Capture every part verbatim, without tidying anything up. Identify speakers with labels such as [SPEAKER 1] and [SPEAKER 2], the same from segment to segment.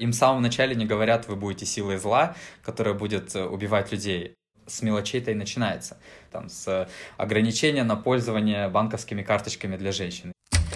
[SPEAKER 1] Им в самом начале не говорят, вы будете силой зла, которая будет убивать людей. С мелочей-то и начинается. Там, с ограничения на пользование банковскими карточками для женщин.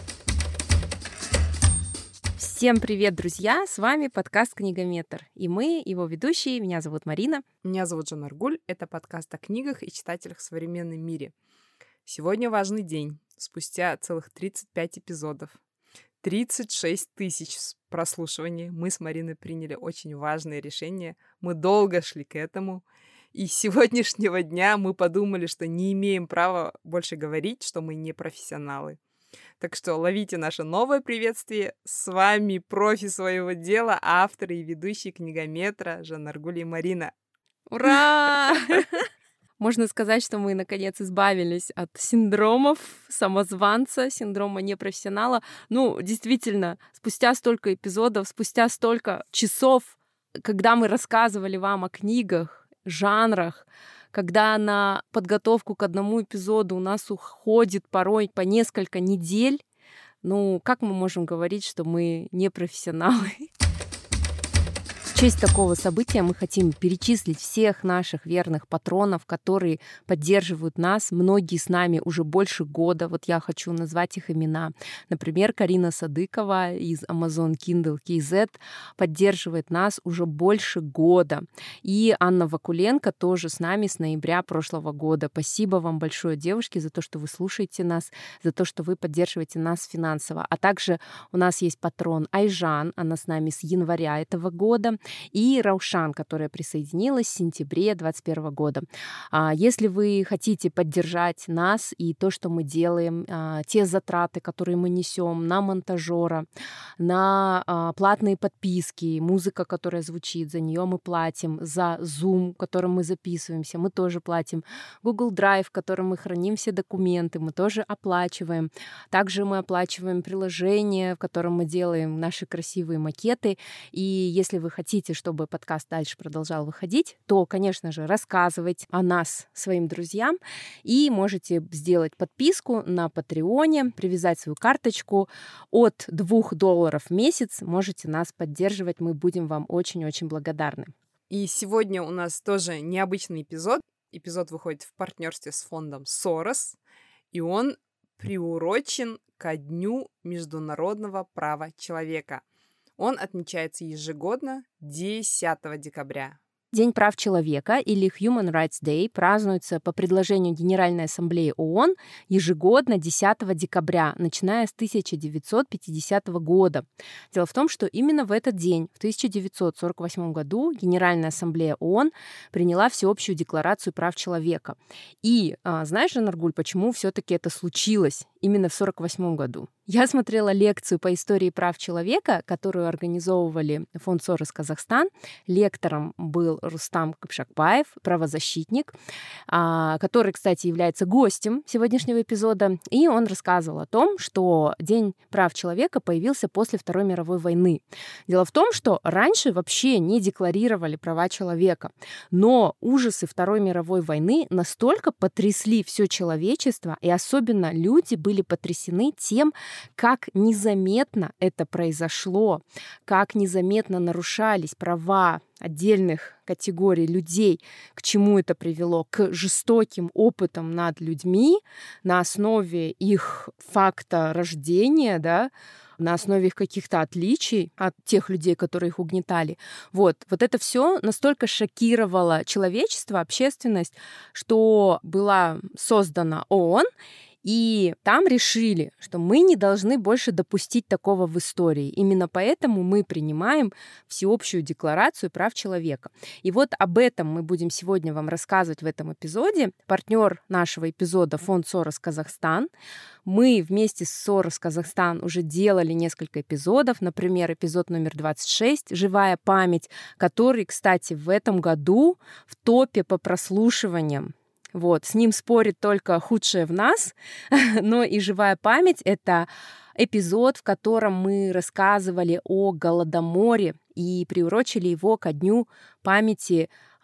[SPEAKER 2] Всем привет, друзья! С вами подкаст «Книгометр». И мы, его ведущие. Меня зовут Марина.
[SPEAKER 3] Меня зовут Жанаргуль. Это подкаст о книгах и читателях в современном мире. Сегодня важный день. Спустя целых тридцать пять эпизодов. тридцать шесть тысяч прослушиваний. Мы с Мариной приняли очень важное решение. Мы долго шли к этому. И с сегодняшнего дня мы подумали, что не имеем права больше говорить, что мы не профессионалы. Так что ловите наше новое приветствие. С вами профи своего дела, авторы и ведущие «Книгометра» Жанаргуль и Марина.
[SPEAKER 2] Ура! Можно сказать, что мы, наконец, избавились от синдромов самозванца, синдрома непрофессионала. Ну, действительно, спустя столько эпизодов, спустя столько часов, когда мы рассказывали вам о книгах, жанрах, когда на подготовку к одному эпизоду у нас уходит порой по несколько недель, ну, как мы можем говорить, что мы не профессионалы? В честь такого события мы хотим перечислить всех наших верных патронов, которые поддерживают нас. Многие с нами уже больше года. Вот я хочу назвать их имена. Например, Карина Садыкова из Amazon Kindle кей зет поддерживает нас уже больше года. И Анна Вакуленко тоже с нами с ноября прошлого года. Спасибо вам большое, девушки, за то, что вы слушаете нас, за то, что вы поддерживаете нас финансово. А также у нас есть патрон Айжан, она с нами с января этого года. И Раушан, которая присоединилась в сентябре двадцать первого года. Если вы хотите поддержать нас и то, что мы делаем, те затраты, которые мы несем на монтажера, на платные подписки, музыка, которая звучит, за нее мы платим, за Zoom, которым мы записываемся, мы тоже платим, Google Drive, в котором мы храним все документы, мы тоже оплачиваем. Также мы оплачиваем приложение, в котором мы делаем наши красивые макеты. И если вы хотите, чтобы подкаст дальше продолжал выходить, то, конечно же, рассказывать о нас своим друзьям. И можете сделать подписку на Патреоне, привязать свою карточку. От двух долларов в месяц можете нас поддерживать. Мы будем вам очень-очень благодарны.
[SPEAKER 3] И сегодня у нас тоже необычный эпизод. Эпизод выходит в партнерстве с фондом Сорос. И он приурочен ко Дню международного права человека. Он отмечается ежегодно десятого декабря.
[SPEAKER 2] День прав человека или Human Rights Day празднуется по предложению Генеральной Ассамблеи ООН ежегодно десятого декабря, начиная с тысяча девятьсот пятидесятого года. Дело в том, что именно в этот день, в тысяча девятьсот сорок восьмом году, Генеральная Ассамблея ООН приняла всеобщую декларацию прав человека. И а, знаешь, Жанаргуль, почему все-таки это случилось именно в сорок восьмом году? Я смотрела лекцию по истории прав человека, которую организовывали фонд Сорос Казахстан. Лектором был Рустам Кыпшакбаев, правозащитник, который, кстати, является гостем сегодняшнего эпизода. И он рассказывал о том, что День прав человека появился после Второй мировой войны. Дело в том, что раньше вообще не декларировали права человека. Но ужасы Второй мировой войны настолько потрясли все человечество, и особенно люди были потрясены тем, как незаметно это произошло, как незаметно нарушались права отдельных категорий людей, к чему это привело, к жестоким опытам над людьми на основе их факта рождения, да, на основе их каких-то отличий от тех людей, которые их угнетали. Вот, вот это все настолько шокировало человечество, общественность, что была создана ООН, и там решили, что мы не должны больше допустить такого в истории. Именно поэтому мы принимаем всеобщую декларацию прав человека. И вот об этом мы будем сегодня вам рассказывать в этом эпизоде. Партнер нашего эпизода — фонд Сорос Казахстан. Мы вместе с Сорос Казахстан уже делали несколько эпизодов. Например, эпизод номер двадцать шесть «Живая память», который, кстати, в этом году в топе по прослушиваниям. Вот, с ним спорит только худшее в нас, но и «Живая память» — это эпизод, в котором мы рассказывали о Голодоморе и приурочили его ко дню памяти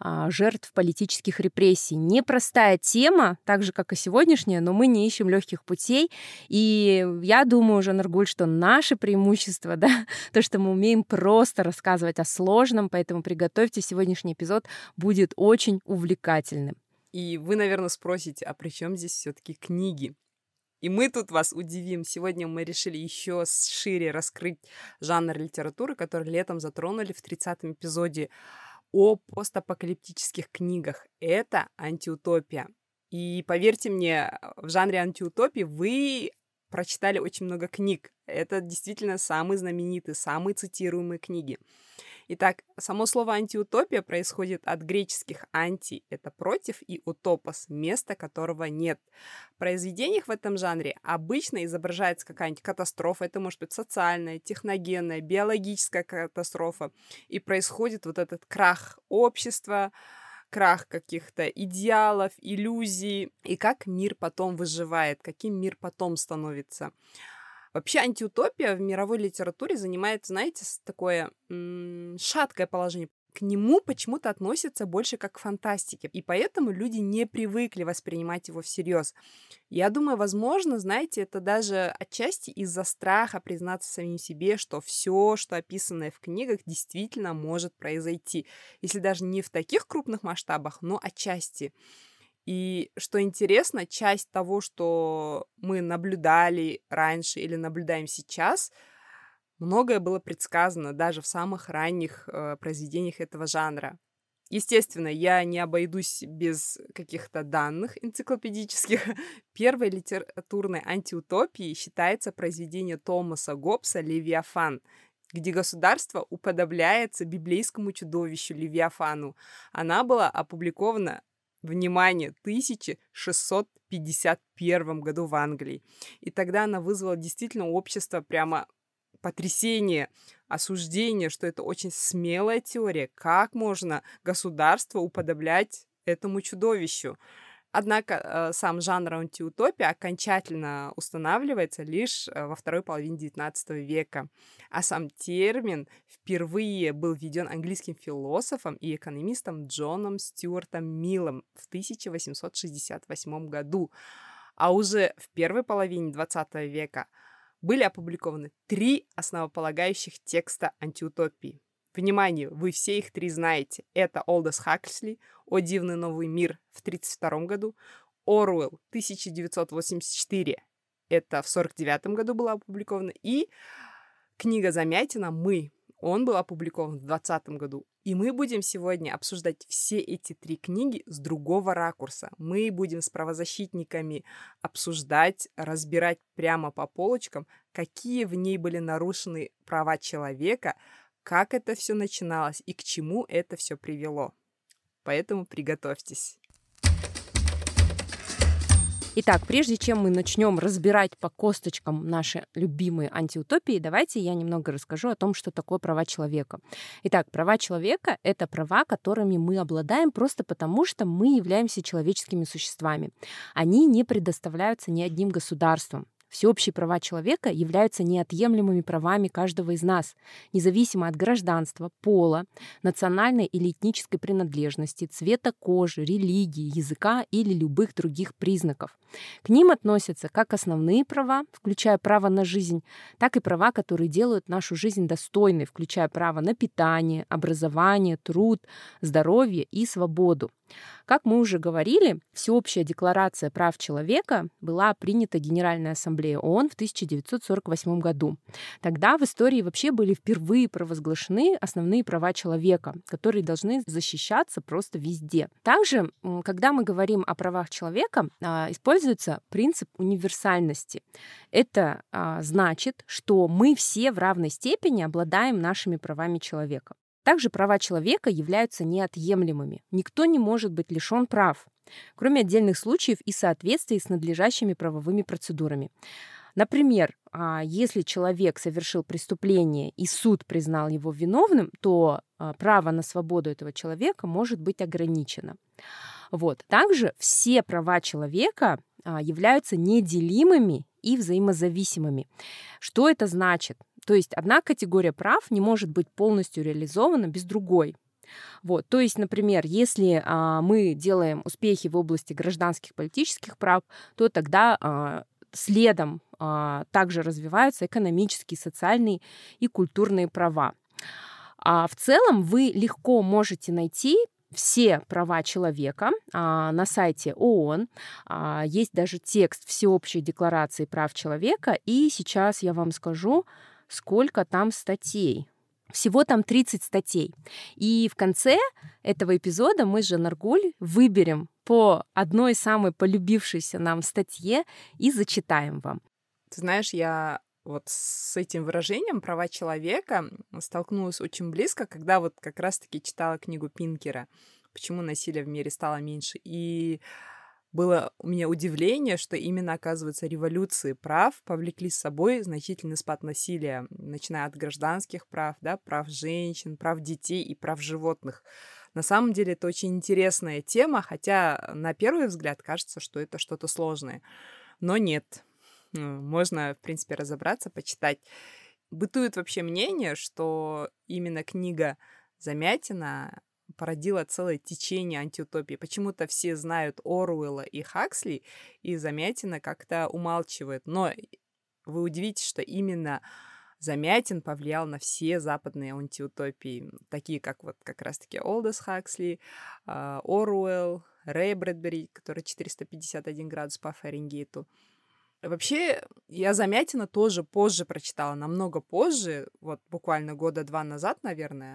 [SPEAKER 2] а, жертв политических репрессий. Непростая тема, так же, как и сегодняшняя, но мы не ищем легких путей. И я думаю, Жанаргуль, что наше преимущество, да, то, что мы умеем просто рассказывать о сложном, поэтому приготовьте, сегодняшний эпизод будет очень увлекательным.
[SPEAKER 3] И вы, наверное, спросите, а при чем здесь все-таки книги? И мы тут вас удивим. Сегодня мы решили еще шире раскрыть жанр литературы, который летом затронули в тридцатом эпизоде о постапокалиптических книгах. Это антиутопия. И поверьте мне, в жанре антиутопии вы прочитали очень много книг. Это действительно самые знаменитые, самые цитируемые книги. Итак, само слово антиутопия происходит от греческих «анти» — это «против», и «утопос» — место, которого нет. В произведениях в этом жанре обычно изображается какая-нибудь катастрофа, это может быть социальная, техногенная, биологическая катастрофа, и происходит вот этот крах общества, крах каких-то идеалов, иллюзий, и как мир потом выживает, каким мир потом становится. Вообще антиутопия в мировой литературе занимает, знаете, такое м- шаткое положение. К нему почему-то относятся больше как к фантастике, и поэтому люди не привыкли воспринимать его всерьез. Я думаю, возможно, знаете, это даже отчасти из-за страха признаться самим себе, что все, что описанное в книгах, действительно может произойти. Если даже не в таких крупных масштабах, но отчасти. И что интересно, часть того, что мы наблюдали раньше или наблюдаем сейчас, многое было предсказано даже в самых ранних э, произведениях этого жанра. Естественно, я не обойдусь без каких-то данных энциклопедических. Первой литературной антиутопией считается произведение Томаса Гоббса «Левиафан», где государство уподобляется библейскому чудовищу Левиафану. Она была опубликована, внимание, в тысяча шестьсот пятьдесят первом году в Англии. И тогда она вызвала действительно у общества прямо потрясение, осуждение, что это очень смелая теория. Как можно государство уподоблять этому чудовищу? Однако сам жанр антиутопия окончательно устанавливается лишь во второй половине девятнадцатого века, а сам термин впервые был введен английским философом и экономистом Джоном Стюартом Миллом в тысяча восемьсот шестьдесят восьмом году, а уже в первой половине двадцатого века были опубликованы три основополагающих текста антиутопии. Внимание, вы все их три знаете. Это Олдос Хаксли «О дивный новый мир» в тридцать втором году, Оруэлл тысяча девятьсот восемьдесят четыре, это в сорок девятом году было опубликовано, и книга Замятина «Мы». Он был опубликован в двадцатом году. И мы будем сегодня обсуждать все эти три книги с другого ракурса. Мы будем с правозащитниками обсуждать, разбирать прямо по полочкам, какие в ней были нарушены права человека, как это все начиналось и к чему это все привело. Поэтому приготовьтесь.
[SPEAKER 2] Итак, прежде чем мы начнем разбирать по косточкам наши любимые антиутопии, давайте я немного расскажу о том, что такое права человека. Итак, права человека — это права, которыми мы обладаем просто потому, что мы являемся человеческими существами. Они не предоставляются ни одним государством. Всеобщие права человека являются неотъемлемыми правами каждого из нас, независимо от гражданства, пола, национальной или этнической принадлежности, цвета кожи, религии, языка или любых других признаков. К ним относятся как основные права, включая право на жизнь, так и права, которые делают нашу жизнь достойной, включая право на питание, образование, труд, здоровье и свободу. Как мы уже говорили, Всеобщая декларация прав человека была принята Генеральной Ассамблеей ООН в тысяча девятьсот сорок восьмом году. Тогда в истории вообще были впервые провозглашены основные права человека, которые должны защищаться просто везде. Также, когда мы говорим о правах человека, используется принцип универсальности. Это значит, что мы все в равной степени обладаем нашими правами человека. Также права человека являются неотъемлемыми. Никто не может быть лишен прав, кроме отдельных случаев и в соответствии с надлежащими правовыми процедурами. Например, если человек совершил преступление и суд признал его виновным, то право на свободу этого человека может быть ограничено. Вот. Также все права человека являются неделимыми и взаимозависимыми. Что это значит? То есть одна категория прав не может быть полностью реализована без другой. Вот, то есть, например, если а, мы делаем успехи в области гражданских политических прав, то тогда а, следом а, также развиваются экономические, социальные и культурные права. А в целом вы легко можете найти все права человека а, на сайте ООН. А, есть даже текст Всеобщей декларации прав человека. И сейчас я вам скажу, сколько там статей. Всего там тридцать статей. И в конце этого эпизода мы с Жанаргуль выберем по одной самой полюбившейся нам статье и зачитаем вам.
[SPEAKER 3] Ты знаешь, я вот с этим выражением «права человека» столкнулась очень близко, когда вот как раз-таки читала книгу Пинкера «Почему насилие в мире стало меньше». И было у меня удивление, что именно, оказывается, революции прав повлекли с собой значительный спад насилия, начиная от гражданских прав, да, прав женщин, прав детей и прав животных. На самом деле это очень интересная тема, хотя на первый взгляд кажется, что это что-то сложное. Но нет. Можно, в принципе, разобраться, почитать. Бытует вообще мнение, что именно книга Замятина породила целое течение антиутопии. Почему-то все знают Оруэлла и Хаксли, и Замятина как-то умалчивают. Но вы удивитесь, что именно Замятин повлиял на все западные антиутопии, такие как вот как раз-таки Олдос Хаксли, Оруэлл, Рэй Брэдбери, который четыреста пятьдесят один градус по Фаренгейту. Вообще, я Замятина тоже позже прочитала, намного позже, вот буквально года два назад, наверное.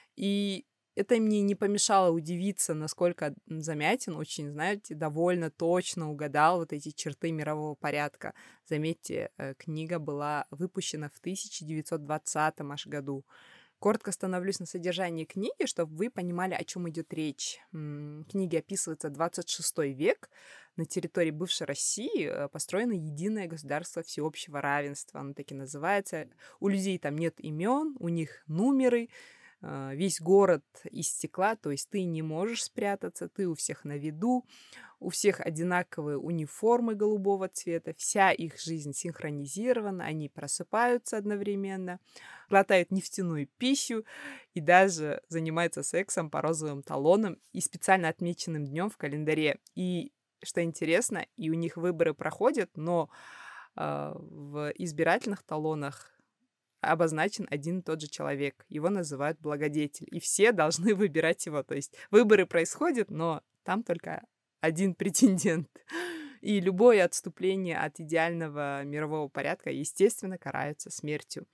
[SPEAKER 3] И это мне не помешало удивиться, насколько Замятин очень, знаете, довольно точно угадал вот эти черты мирового порядка. Заметьте, книга была выпущена в тысяча девятьсот двадцатом аж году. Коротко остановлюсь на содержании книги, чтобы вы понимали, о чем идет речь. В книге описывается двадцать шестой век. На территории бывшей России построено единое государство всеобщего равенства. Оно так и называется. У людей там нет имен, у них номеры. Весь город из стекла, то есть ты не можешь спрятаться, ты у всех на виду, у всех одинаковые униформы голубого цвета, вся их жизнь синхронизирована, они просыпаются одновременно, глотают нефтяную пищу и даже занимаются сексом по розовым талонам и специально отмеченным днем в календаре. И, что интересно, и у них выборы проходят, но э, в избирательных талонах обозначен один и тот же человек. Его называют благодетель. И все должны выбирать его. То есть выборы происходят, но там только один претендент. И любое отступление от идеального мирового порядка, естественно, карается смертью.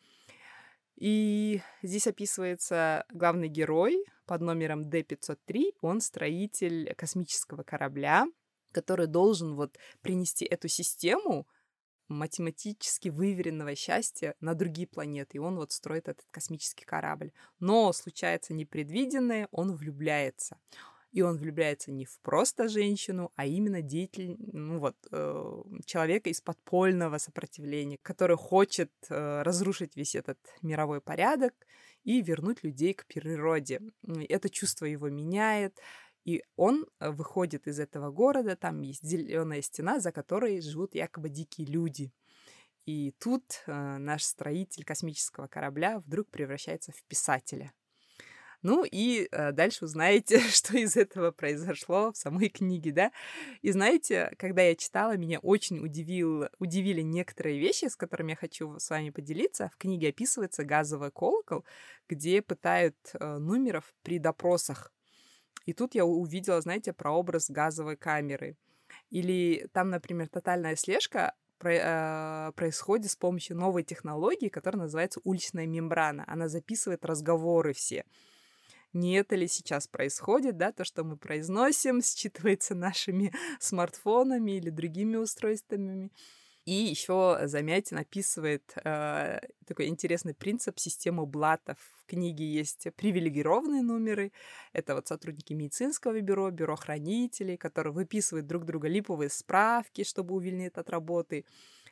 [SPEAKER 3] И здесь описывается главный герой под номером Д пятьсот три. Он строитель космического корабля, который должен вот принести эту систему математически выверенного счастья на другие планеты. И он вот строит этот космический корабль. Но случается непредвиденное, он влюбляется. И он влюбляется не в просто женщину, а именно деятель, ну вот, э, человека из подпольного сопротивления, который хочет э, разрушить весь этот мировой порядок и вернуть людей к природе. Это чувство его меняет. И он выходит из этого города, там есть зеленая стена, за которой живут якобы дикие люди. И тут э, наш строитель космического корабля вдруг превращается в писателя. Ну и э, дальше узнаете, что из этого произошло в самой книге, да. И знаете, когда я читала, меня очень удивил, удивили некоторые вещи, с которыми я хочу с вами поделиться. В книге описывается газовый колокол, где пытают э, нумеров при допросах. И тут я увидела, знаете, прообраз газовой камеры. Или там, например, тотальная слежка про, э, происходит с помощью новой технологии, которая называется уличная мембрана. Она записывает разговоры все. Не это ли сейчас происходит, да, то, что мы произносим, считывается нашими смартфонами или другими устройствами. И еще Замятин описывает э, такой интересный принцип системы блатов. В книге есть привилегированные номеры. Это вот сотрудники медицинского бюро, бюро хранителей, которые выписывают друг друга липовые справки, чтобы увильнять от работы.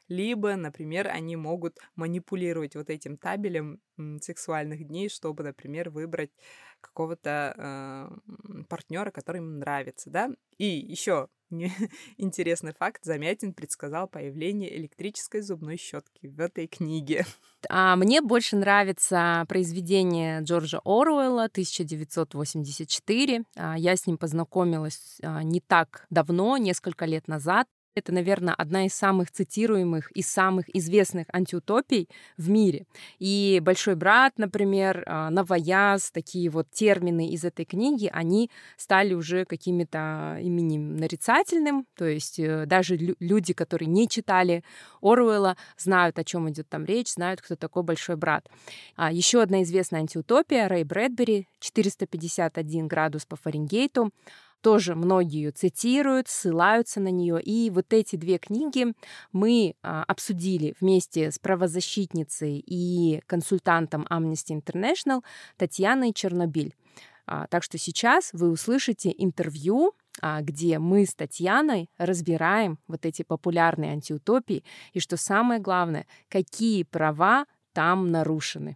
[SPEAKER 3] либо, например, они могут манипулировать вот этим табелем м, сексуальных дней, чтобы, например, выбрать какого-то э, партнера, который им нравится, да. И еще интересный факт: Замятин предсказал появление электрической зубной щетки в этой книге.
[SPEAKER 2] А мне больше нравится произведение Джорджа Оруэлла «тысяча девятьсот восемьдесят четыре». А, Я с ним познакомилась а, не так давно, несколько лет назад. Это, наверное, одна из самых цитируемых и самых известных антиутопий в мире. И «Большой брат», например, а, «Новояз», такие вот термины из этой книги, они стали уже какими-то именем нарицательным. То есть э, даже лю- люди, которые не читали Оруэлла, знают, о чем идет там речь, знают, кто такой «Большой брат». А, еще одна известная антиутопия Рэй Брэдбери «четыреста пятьдесят один градус по Фаренгейту». Тоже многие ее цитируют, ссылаются на нее. И вот эти две книги мы а, обсудили вместе с правозащитницей и консультантом Amnesty International Татьяной Чернобиль. А, так что сейчас вы услышите интервью, а, где мы с Татьяной разбираем вот эти популярные антиутопии и, что самое главное, какие права там нарушены.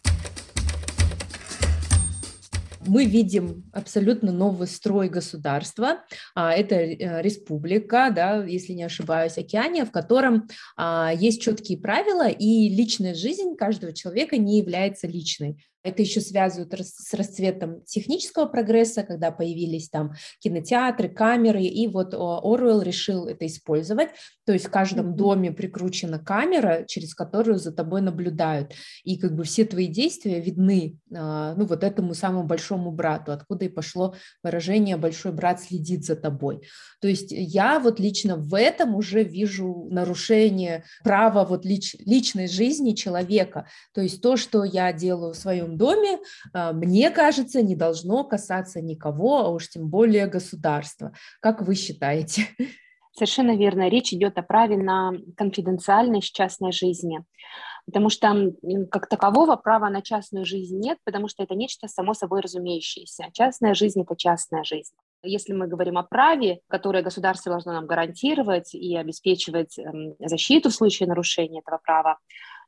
[SPEAKER 4] Мы видим абсолютно новый строй государства. А, Это э, республика, да, если не ошибаюсь, Океания, в котором а, есть четкие правила, и личная жизнь каждого человека не является личной. Это еще связывают рас- с расцветом технического прогресса, когда появились там кинотеатры, камеры, и вот о, Оруэлл решил это использовать. То есть в каждом
[SPEAKER 2] Мгм.
[SPEAKER 4] доме прикручена камера, через которую за тобой наблюдают. И как бы все твои действия видны, а, ну, вот этому самому большому брату, откуда и пошло выражение «большой брат следит за тобой». То есть я вот лично в этом уже вижу нарушение права вот лич- личной жизни человека. То есть то, что я делаю в своем доме, а, мне кажется, не должно касаться никого, а уж тем более государства. Как вы считаете?
[SPEAKER 5] Совершенно верно. Речь идет о праве на конфиденциальность частной жизни. Потому что м, как такового права на частную жизнь нет, потому что это нечто само собой разумеющееся. Частная жизнь – это частная жизнь. Если мы говорим о праве, которое государство должно нам гарантировать и обеспечивать эм, защиту в случае нарушения этого права,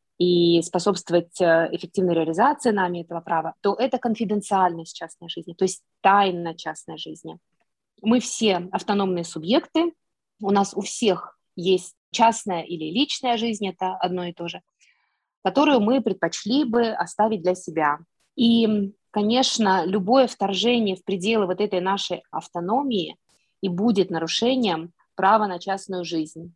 [SPEAKER 5] и способствовать э, эффективной реализации нами этого права, то это конфиденциальность частной жизни, то есть тайна частной жизни. Мы все автономные субъекты, у нас у всех есть частная или личная жизнь, это одно и то же, которую мы предпочли бы оставить для себя. И, конечно, любое вторжение в пределы вот этой нашей автономии и будет нарушением права на частную жизнь.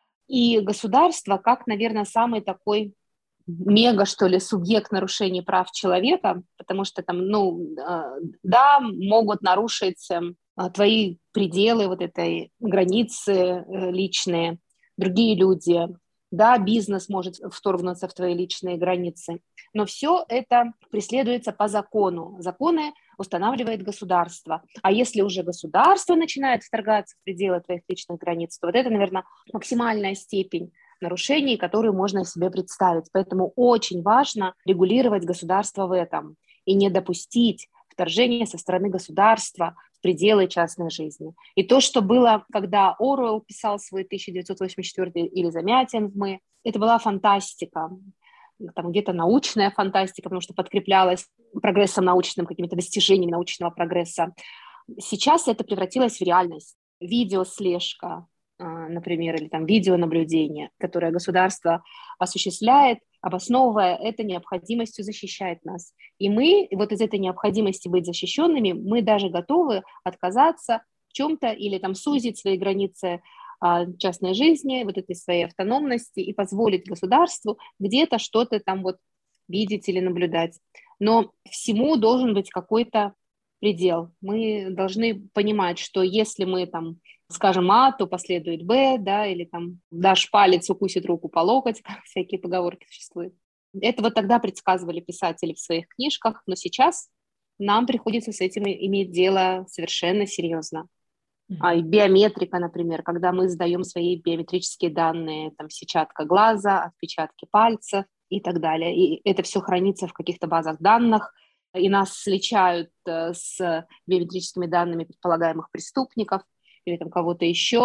[SPEAKER 5] И государство, как, наверное, самый такой мега, что ли, субъект нарушения прав человека, потому что там, ну, да, могут нарушить твои пределы, вот этой границы личные, другие люди, да, бизнес может вторгнуться в твои личные границы, но все это преследуется по закону. Законы устанавливает государство. А если уже государство начинает вторгаться в пределы твоих личных границ, то вот это, наверное, максимальная степень нарушений, которые можно себе представить. Поэтому очень важно регулировать государство в этом и не допустить вторжения со стороны государства в пределы частной жизни. И то, что было, когда Оруэлл писал свой тысяча девятьсот восемьдесят четвёртый или Замятин в «Мы», это была фантастика, там где-то научная фантастика, потому что подкреплялась прогрессом научным, какими-то достижениями научного прогресса. Сейчас это превратилось в реальность. Видеослежка, например, или там видеонаблюдение, которое государство осуществляет, обосновывая это необходимостью защищать нас. И мы вот из этой необходимости быть защищенными, мы даже готовы отказаться в чем-то или там сузить свои границы а, частной жизни, вот этой своей автономности и позволить государству где-то что-то там вот видеть или наблюдать. Но всему должен быть какой-то предел. Мы должны понимать, что если мы там скажем А, то последует Б, да, или там дашь палец, укусит руку по локоть, как всякие поговорки существуют. Это вот тогда предсказывали писатели в своих книжках, но сейчас нам приходится с этим иметь дело совершенно серьезно. Mm-hmm. А, и биометрика, например, когда мы сдаем свои биометрические данные, там, сетчатка глаза, отпечатки пальцев и так далее. И это все хранится в каких-то базах данных, и нас сличают с биометрическими данными предполагаемых преступников или там кого-то еще.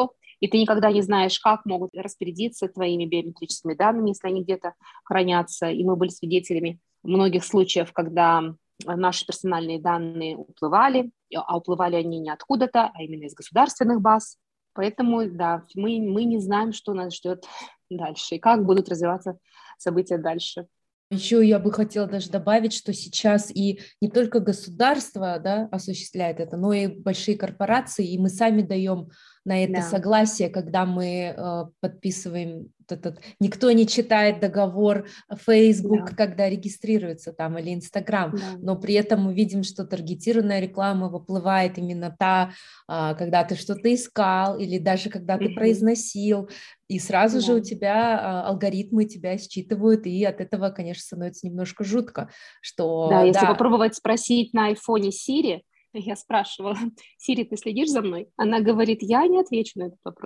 [SPEAKER 5] и ты никогда не знаешь, как могут распорядиться твоими биометрическими данными, если они где-то хранятся. И мы были свидетелями многих случаев, когда наши персональные данные уплывали, а уплывали они не откуда-то, а именно из государственных баз. Поэтому, да, мы, мы не знаем, что нас ждет дальше и как будут развиваться события дальше.
[SPEAKER 4] Еще я бы хотела даже добавить, что сейчас и не только государство, да, осуществляет это, но и большие корпорации, и мы сами даем на это
[SPEAKER 5] Да.
[SPEAKER 4] согласие, когда мы э, подписываем этот, никто не читает договор Facebook,
[SPEAKER 5] Да.
[SPEAKER 4] когда регистрируется там, или Instagram,
[SPEAKER 5] Да.
[SPEAKER 4] но при этом мы видим, что таргетированная реклама выплывает именно та, э, когда ты что-то искал, или даже когда ты
[SPEAKER 5] Мгм.
[SPEAKER 4] произносил, и сразу
[SPEAKER 5] Да.
[SPEAKER 4] же у тебя э, алгоритмы тебя считывают, и от этого, конечно, становится немножко жутко, что
[SPEAKER 5] Да, если
[SPEAKER 4] да,
[SPEAKER 5] попробовать спросить на айфоне Siri, я спрашивала: Siri, ты следишь за мной? Она говорит: я не отвечу на этот вопрос.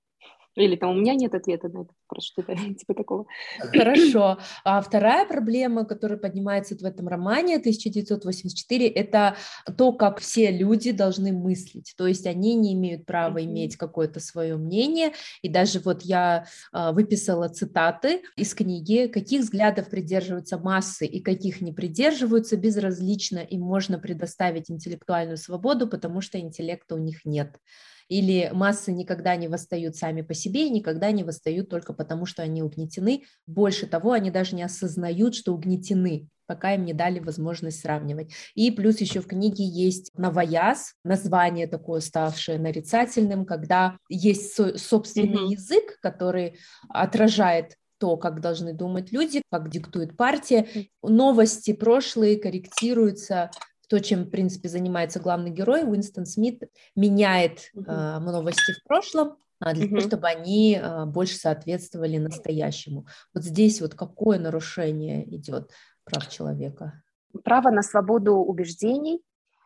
[SPEAKER 5] Или там: у меня нет ответа на этот вопрос, что-то типа такого.
[SPEAKER 4] хорошо. А вторая проблема, которая поднимается в этом романе тысяча девятьсот восемьдесят четыре, это то, как все люди должны мыслить. То есть они не имеют права
[SPEAKER 5] Мгм.
[SPEAKER 4] иметь какое-то свое мнение. И даже вот я а, выписала цитаты из книги: каких взглядов придерживаются массы и каких не придерживаются, безразлично, им можно предоставить интеллектуальную свободу, потому что интеллекта у них нет. Или массы никогда не восстают сами по себе и никогда не восстают только потому, что они угнетены. Больше того, они даже не осознают, что угнетены, пока им не дали возможность сравнивать. И плюс еще в книге есть новояз, название такое, ставшее нарицательным, когда есть со- собственный
[SPEAKER 5] Мгм.
[SPEAKER 4] язык, который отражает то, как должны думать люди, как диктует партия. Новости прошлые корректируются. То, чем, в принципе, занимается главный герой, Уинстон Смит, меняет
[SPEAKER 5] Мгм.
[SPEAKER 4] э, новости в прошлом а, для того,
[SPEAKER 5] Мгм.
[SPEAKER 4] чтобы они э, больше соответствовали настоящему. Вот здесь вот какое нарушение идет прав человека?
[SPEAKER 5] Право на свободу убеждений,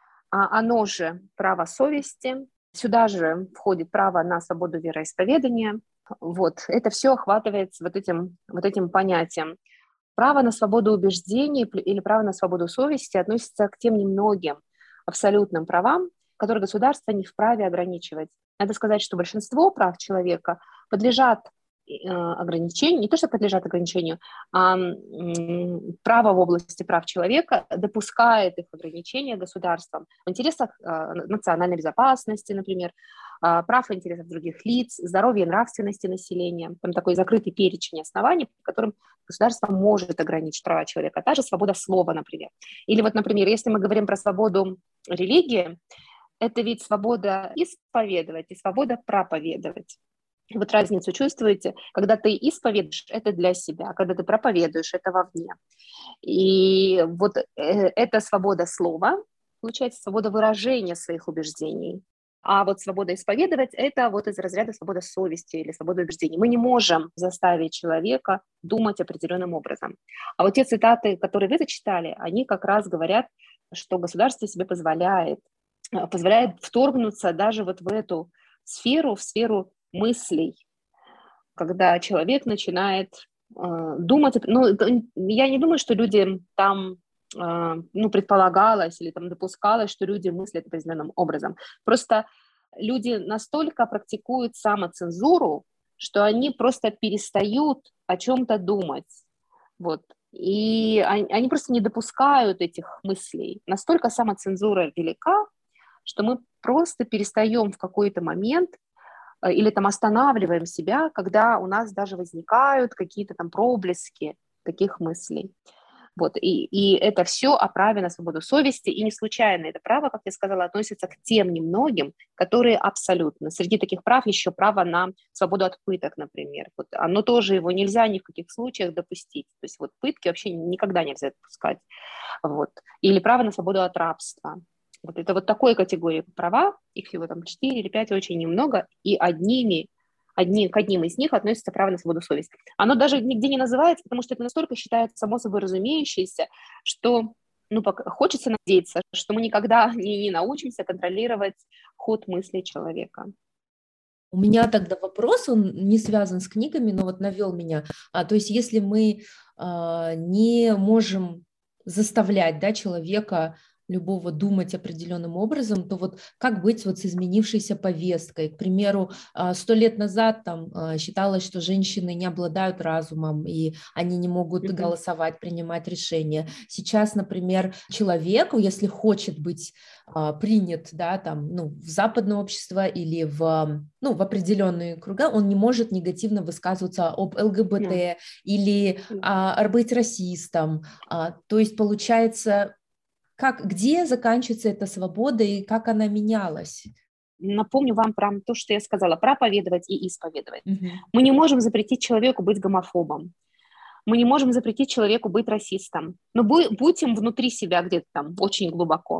[SPEAKER 5] а оно же право совести. Сюда же входит право на свободу вероисповедания. Вот, это все охватывается вот этим, вот этим понятием. Право на свободу убеждений пл- или право на свободу совести относится к тем немногим абсолютным правам, которые государство не вправе ограничивать. Надо сказать, что большинство прав человека подлежат э, ограничению, не то, что подлежат ограничению, а м, право в области прав человека допускает их ограничения государством в интересах э, национальной безопасности, например, а, прав и интересов других лиц, здоровья и нравственности населения. Там такой закрытый перечень оснований, по которым государство может ограничить права человека. Та же свобода слова, например. Или вот, например, если мы говорим про свободу религии, это ведь свобода исповедовать и свобода проповедовать. И вот разницу чувствуете, когда ты исповедуешь, это для себя, когда ты проповедуешь, это вовне. И вот э, это свобода слова, получается, свобода выражения своих убеждений. А вот свобода исповедовать – это вот из разряда свобода совести или свобода убеждений. Мы не можем заставить человека думать определенным образом. А вот те цитаты, которые вы зачитали, они как раз говорят, что государство себе позволяет, э, позволяет вторгнуться даже вот в эту сферу, в сферу мыслей, когда человек начинает э, думать. Ну, это- я не думаю, что люди там, э, ну, предполагалось или там допускалось, что люди мыслят определенным образом. Просто люди настолько практикуют самоцензуру, что они просто перестают о чем-то думать. Вот. И они, они просто не допускают этих мыслей. Настолько самоцензура велика, что мы просто перестаем в какой-то момент э, или там останавливаем себя, когда у нас даже возникают какие-то там проблески таких мыслей. Вот, и, и это все о праве на свободу совести, и не случайно это право, как я сказала, относится к тем немногим, которые абсолютно. Среди таких прав еще право на свободу от пыток, например. Вот, оно тоже, его нельзя ни в каких случаях допустить. То есть вот пытки вообще никогда нельзя допускать. Вот. Или право на свободу от рабства. Вот это вот такой категории права, их всего там четыре или пять, очень немного, и одними Одни, к одним из них относится право на свободу совести. Оно даже нигде не называется, потому что это настолько считается само собой разумеющееся, что ну, пока, хочется надеяться, что мы никогда не, не научимся контролировать ход мыслей человека.
[SPEAKER 4] У меня тогда вопрос, он не связан с книгами, но вот навел меня. А, то есть если мы а, не можем заставлять, да, человека любого думать определенным образом, то вот как быть вот с изменившейся повесткой? К примеру, сто лет назад там считалось, что женщины не обладают разумом, и они не могут mm-hmm. голосовать, принимать решения. Сейчас, например, человеку, если хочет быть принят, да, там, ну, в западное общество или в, ну, в определенные круга, он не может негативно высказываться об ЛГБТ mm-hmm. или а, быть расистом. А, то есть, получается, как, где заканчивается эта свобода и как она менялась?
[SPEAKER 5] Напомню вам про то, что я сказала, проповедовать и исповедовать.
[SPEAKER 4] Uh-huh.
[SPEAKER 5] Мы не можем запретить человеку быть гомофобом. Мы не можем запретить человеку быть расистом. Но будь им внутри себя где-то там очень глубоко.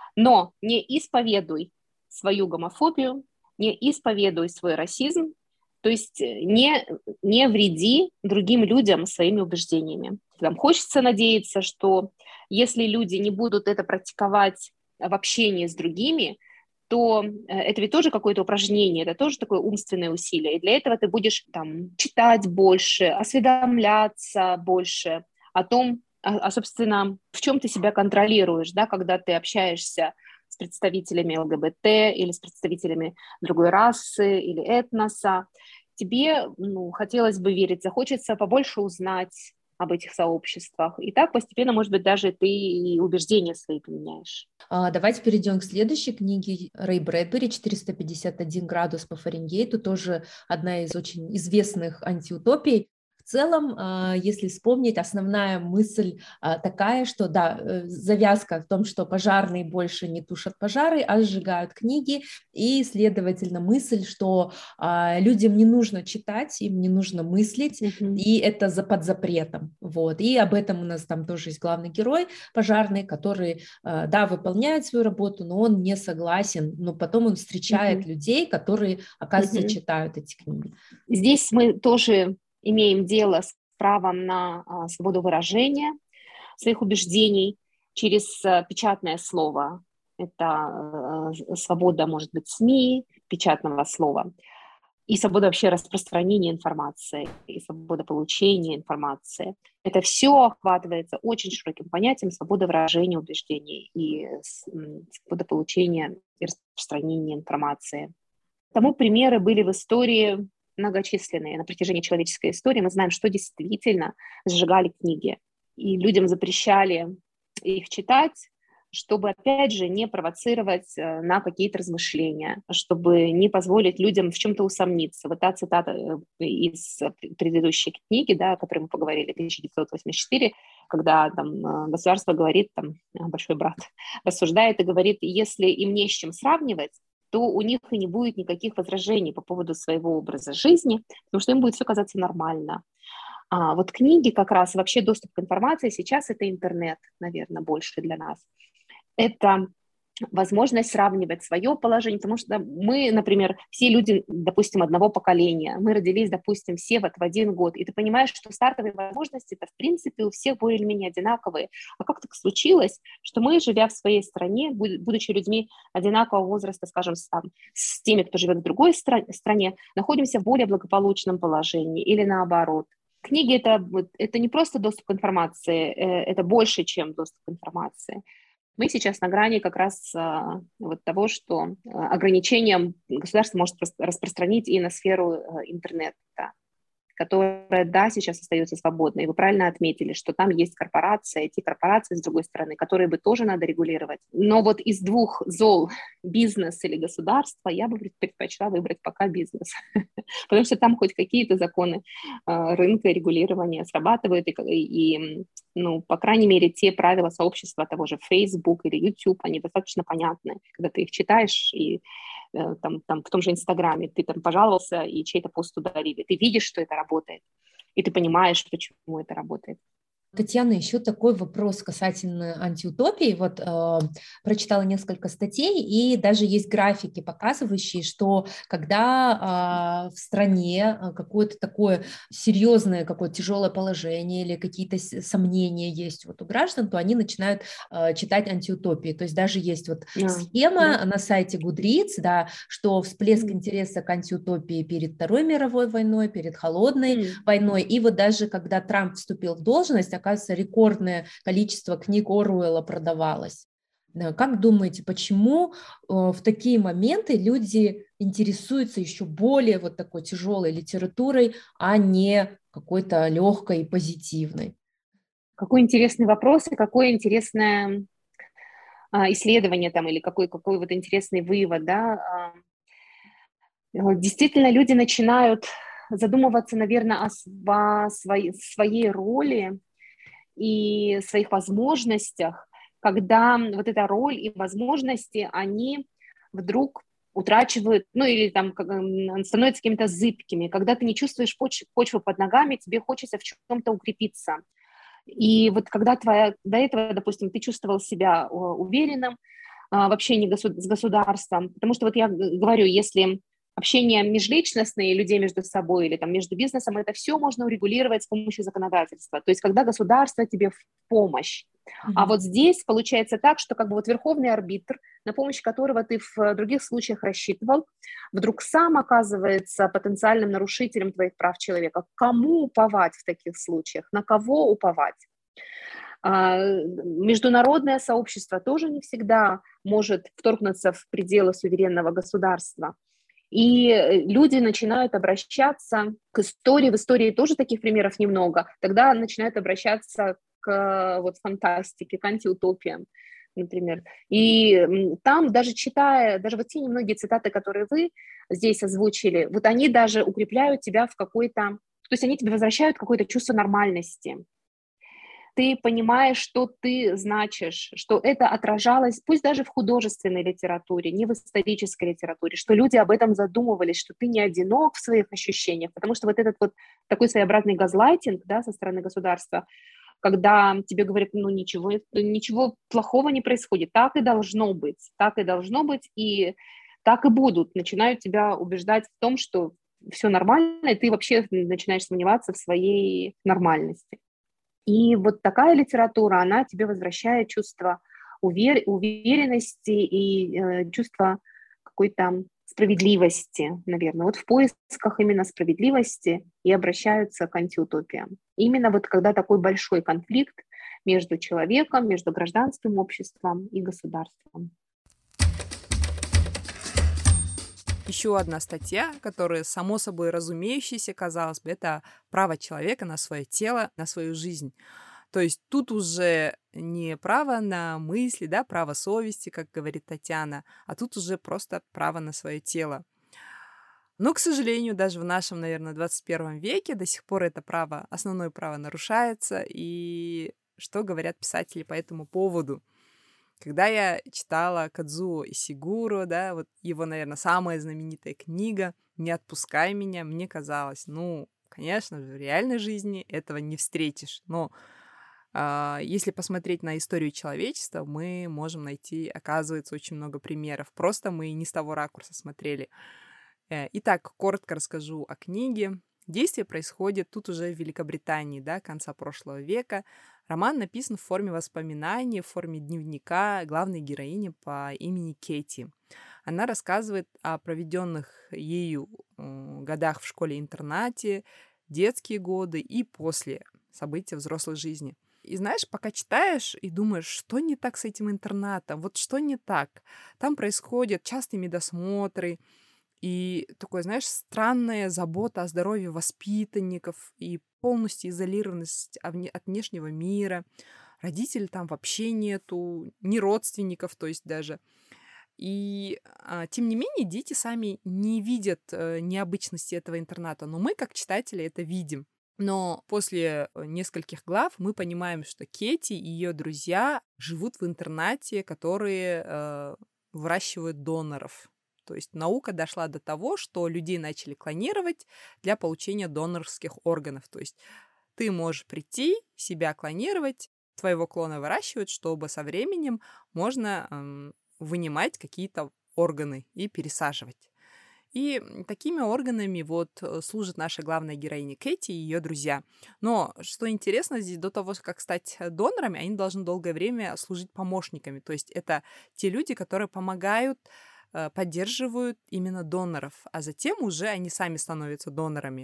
[SPEAKER 5] Но не исповедуй свою гомофобию, не исповедуй свой расизм, то есть не, не вреди другим людям своими убеждениями. Нам хочется надеяться, что если люди не будут это практиковать в общении с другими, то это ведь тоже какое-то упражнение, это тоже такое умственное усилие. И для этого ты будешь там читать больше, осведомляться больше о том, а, а собственно, в чем ты себя контролируешь, да, когда ты общаешься с представителями ЛГБТ или с представителями другой расы или этноса. Тебе, ну, хотелось бы верить, захочется побольше узнать об этих сообществах. И так постепенно, может быть, даже ты и убеждения свои поменяешь.
[SPEAKER 4] А, давайте перейдем к следующей книге Рэй Брэдбери «четыреста пятьдесят один градус по Фаренгейту», тоже одна из очень известных антиутопий. В целом, если вспомнить, основная мысль такая, что да, завязка в том, что пожарные больше не тушат пожары, а сжигают книги, и, следовательно, мысль, что людям не нужно читать, им не нужно мыслить, mm-hmm. и это за, под запретом. Вот. И об этом у нас там тоже есть главный герой, пожарный, который, да, выполняет свою работу, но он не согласен, но потом он встречает mm-hmm. людей, которые, оказывается, mm-hmm. читают эти книги.
[SPEAKER 5] Здесь мы тоже имеем дело с правом на а, свободу выражения своих убеждений через а, печатное слово. Это а, свобода, может быть, СМИ, печатного слова, и свобода вообще распространения информации, и свобода получения информации. Это все охватывается очень широким понятием свобода выражения убеждений и свобода получения и распространения информации. Тому примеры были в истории многочисленные на протяжении человеческой истории. Мы знаем, что действительно сжигали книги, и людям запрещали их читать, чтобы, опять же, не провоцировать на какие-то размышления, чтобы не позволить людям в чем-то усомниться. Вот та цитата из предыдущей книги, да, о которой мы поговорили, тысяча девятьсот восемьдесят четыре, когда там государство говорит, там большой брат рассуждает и говорит, если им не с чем сравнивать, то у них и не будет никаких возражений по поводу своего образа жизни, потому что им будет все казаться нормально. А вот книги как раз, вообще доступ к информации сейчас это интернет, наверное, больше для нас. Это возможность сравнивать свое положение, потому что мы, например, все люди, допустим, одного поколения, мы родились, допустим, все вот в один год, и ты понимаешь, что стартовые возможности-то, в принципе, у всех более или менее одинаковые. А как так случилось, что мы, живя в своей стране, будучи людьми одинакового возраста, скажем, с, там, с теми, кто живет в другой стра- стране, находимся в более благополучном положении или наоборот. Книги это, – это не просто доступ к информации, это больше, чем доступ к информации. Мы сейчас на грани как раз а, вот того, что а, ограничением государство может распространить и на сферу а, интернета, которая, да, сейчас остается свободной. И вы правильно отметили, что там есть корпорации, эти корпорации, с другой стороны, которые бы тоже надо регулировать. Но вот из двух зол, бизнес или государство, я бы предпочла выбрать пока бизнес. Потому что там хоть какие-то законы рынка, регулирования срабатывают, и, и, ну, по крайней мере, те правила сообщества того же Facebook или YouTube, они достаточно понятны, когда ты их читаешь, и Там, там, в том же Инстаграме, ты там пожаловался, и чей-то пост удалили. Ты видишь, что это работает, и ты понимаешь, почему это работает.
[SPEAKER 4] Татьяна, еще такой вопрос касательно антиутопии. Вот э, прочитала несколько статей, и даже есть графики, показывающие, что когда э, в стране какое-то такое серьезное, какое-то тяжелое положение или какие-то сомнения есть вот у граждан, то они начинают э, читать антиутопии. То есть даже есть вот yeah. схема yeah. на сайте Goodreads, да, что всплеск mm. интереса к антиутопии перед Второй мировой войной, перед Холодной mm. войной, и вот даже когда Трамп вступил в должность, оказывается, рекордное количество книг Оруэлла продавалось. Как думаете, почему в такие моменты люди интересуются еще более вот такой тяжелой литературой, а не какой-то легкой и позитивной?
[SPEAKER 5] Какой интересный вопрос и какое интересное а, исследование там, или какой, какой вот интересный вывод, да. Действительно, люди начинают задумываться, наверное, о, о своей, своей роли и своих возможностях, когда вот эта роль и возможности, они вдруг утрачивают, ну или там становятся какими-то зыбкими, когда ты не чувствуешь поч- почву под ногами, тебе хочется в чем-то укрепиться. И вот когда твоя, до этого, допустим, ты чувствовал себя уверенным в общении с государством, потому что вот я говорю, если общение межличностное людей между собой или там между бизнесом, это все можно урегулировать с помощью законодательства. То есть когда государство тебе в помощь. Mm-hmm. А вот здесь получается так, что как бы вот верховный арбитр, на помощь которого ты в других случаях рассчитывал, вдруг сам оказывается потенциальным нарушителем твоих прав человека. Кому уповать в таких случаях? На кого уповать? Международное сообщество тоже не всегда может вторгнуться в пределы суверенного государства. И люди начинают обращаться к истории. В истории тоже таких примеров немного. Тогда начинают обращаться к вот, фантастике, к антиутопиям, например. И там, даже читая, даже вот те немногие цитаты, которые вы здесь озвучили, вот они даже укрепляют тебя в какой-то... То есть они тебе возвращают какое-то чувство нормальности. Ты понимаешь, что ты значишь, что это отражалось, пусть даже в художественной литературе, не в исторической литературе, что люди об этом задумывались, что ты не одинок в своих ощущениях, потому что вот этот вот такой своеобразный газлайтинг, да, со стороны государства, когда тебе говорят, ну ничего, ничего плохого не происходит, так и должно быть, так и должно быть, и так и будут, начинают тебя убеждать в том, что все нормально, и ты вообще начинаешь сомневаться в своей нормальности. И вот такая литература, она тебе возвращает чувство увер... уверенности и э, чувство какой-то справедливости, наверное. Вот в поисках именно справедливости и обращаются к антиутопиям. Именно вот когда такой большой конфликт между человеком, между гражданским обществом и государством.
[SPEAKER 3] Еще одна статья, которая, само собой разумеющаяся, казалось бы, это право человека на свое тело, на свою жизнь. То есть тут уже не право на мысли, да, право совести, как говорит Татьяна, а тут уже просто право на свое тело. Но, к сожалению, даже в нашем, наверное, двадцать первом веке до сих пор это право, основное право нарушается. И что говорят писатели по этому поводу? Когда я читала Кадзуо Исигуро, да, вот его, наверное, самая знаменитая книга «Не отпускай меня», мне казалось, ну, конечно же, в реальной жизни этого не встретишь. Но э, если посмотреть на историю человечества, мы можем найти, оказывается, очень много примеров. Просто мы не с того ракурса смотрели. Итак, коротко расскажу о книге. Действие происходит тут уже в Великобритании, да, конца прошлого века. Роман написан в форме воспоминаний, в форме дневника главной героини по имени Кэти. Она рассказывает о проведенных ею годах в школе-интернате, детские годы и после событий взрослой жизни. И знаешь, пока читаешь и думаешь, что не так с этим интернатом, вот что не так. Там происходят частые медосмотры, и такое, знаешь, странная забота о здоровье воспитанников и полностью изолированность от внешнего мира. Родителей там вообще нету, ни родственников, то есть даже. И а, тем не менее дети сами не видят а, необычности этого интерната, но мы, как читатели, это видим. Но после нескольких глав мы понимаем, что Кэти и ее друзья живут в интернате, которые а, выращивают доноров. То есть наука дошла до того, что людей начали клонировать для получения донорских органов. То есть ты можешь прийти, себя клонировать, твоего клона выращивать, чтобы со временем можно эм, вынимать какие-то органы и пересаживать. И такими органами вот служит наша главная героиня Кэти и ее друзья. Но что интересно, здесь до того, как стать донорами, они должны долгое время служить помощниками. То есть это те люди, которые помогают, поддерживают именно доноров, а затем уже они сами становятся донорами.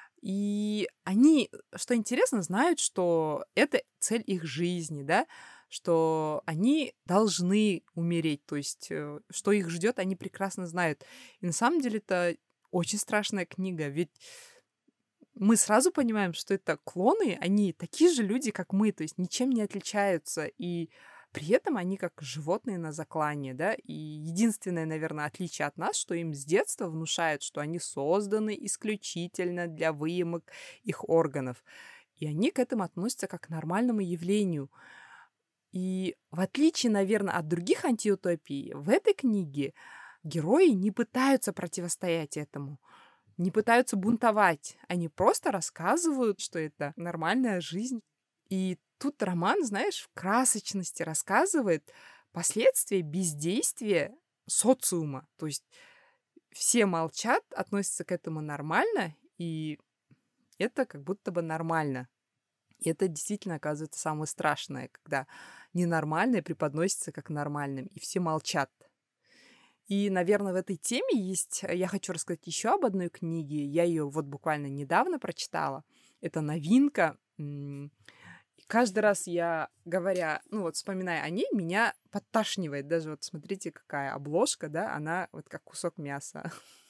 [SPEAKER 3] И они, что интересно, знают, что это цель их жизни, да, что они должны умереть, то есть э, что их ждет, они прекрасно знают. И на самом деле это очень страшная книга, ведь мы сразу понимаем, что это клоны, они такие же люди, как мы, то есть ничем не отличаются, и при этом они как животные на заклане, да, и единственное, наверное, отличие от нас, что им с детства внушают, что они созданы исключительно для выемок их органов, и они к этому относятся как к нормальному явлению. И в отличие, наверное, от других антиутопий, в этой книге герои не пытаются противостоять этому, не пытаются бунтовать. Они просто рассказывают, что это нормальная жизнь. И тут роман, знаешь, в красочности рассказывает последствия бездействия социума. То есть все молчат, относятся к этому нормально, и это как будто бы нормально. И это действительно оказывается самое страшное, когда ненормальное преподносится как нормальным, и все молчат. И, наверное, в этой теме есть... Я хочу рассказать еще об одной книге. Я ее вот буквально недавно прочитала. Это новинка. И каждый раз я, говоря, ну вот вспоминая о ней, меня подташнивает. Даже вот смотрите, какая обложка, да, она вот как кусок мяса.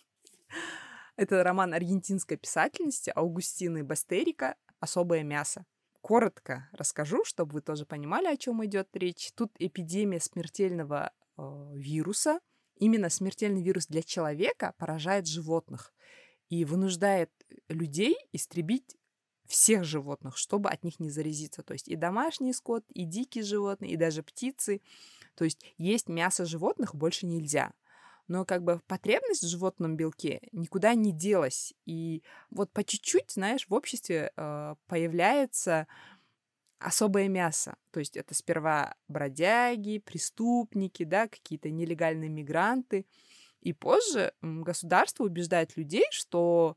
[SPEAKER 3] Это роман аргентинской писательницы Аугустины Бастерика «Особое мясо». Коротко расскажу, чтобы вы тоже понимали, о чем идет речь. Тут эпидемия смертельного э, вируса. Именно смертельный вирус для человека поражает животных и вынуждает людей истребить всех животных, чтобы от них не заразиться. То есть и домашний скот, и дикие животные, и даже птицы. То есть есть мясо животных больше нельзя. Но как бы потребность в животном белке никуда не делась. И вот по чуть-чуть, знаешь, в обществе э, появляется особое мясо. То есть это сперва бродяги, преступники, да, какие-то нелегальные мигранты. И позже государство убеждает людей, что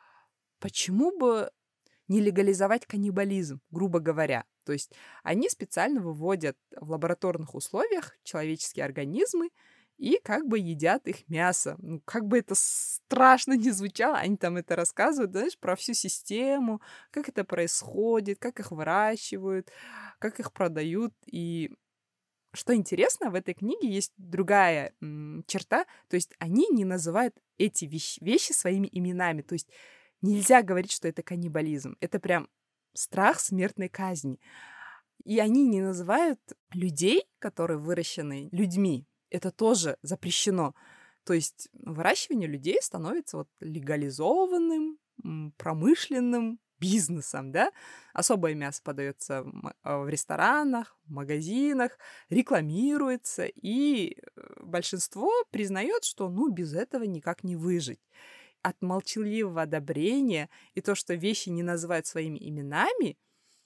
[SPEAKER 3] почему бы не легализовать каннибализм, грубо говоря. То есть они специально выводят в лабораторных условиях человеческие организмы и как бы едят их мясо. Ну, как бы это страшно не звучало, они там это рассказывают, знаешь, про всю систему, как это происходит, как их выращивают, как их продают. И что интересно, в этой книге есть другая м, черта, то есть они не называют эти вещи, вещи своими именами, то есть нельзя говорить, что это каннибализм, это прям страх смертной казни. И они не называют людей, которые выращены людьми, это тоже запрещено. То есть выращивание людей становится вот легализованным, промышленным бизнесом, да? Особое мясо подается в ресторанах, в магазинах, рекламируется, и большинство признает, что ну без этого никак не выжить. От молчаливого одобрения и то, что вещи не называют своими именами,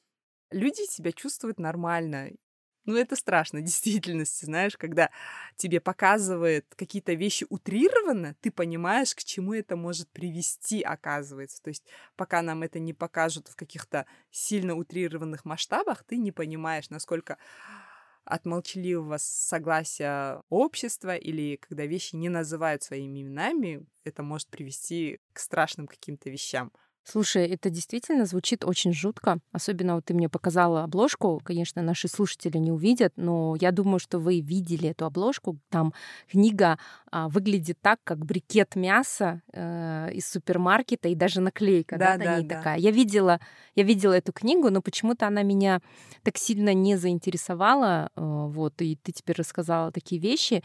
[SPEAKER 3] люди себя чувствуют нормально. Ну, это страшно, в действительности, знаешь, когда тебе показывают какие-то вещи утрированно, ты понимаешь, к чему это может привести, оказывается. То есть пока нам это не покажут в каких-то сильно утрированных масштабах, ты не понимаешь, насколько от молчаливого согласия общества или когда вещи не называют своими именами, это может привести к страшным каким-то вещам.
[SPEAKER 2] Слушай, это действительно звучит очень жутко. Особенно вот ты мне показала обложку. Конечно, наши слушатели не увидят, но я думаю, что вы видели эту обложку. Там книга а, выглядит так, как брикет мяса э, из супермаркета, и даже наклейка да, да, на ней да. такая. Я видела, я видела эту книгу, но почему-то она меня так сильно не заинтересовала. Э, вот, и ты теперь рассказала такие вещи.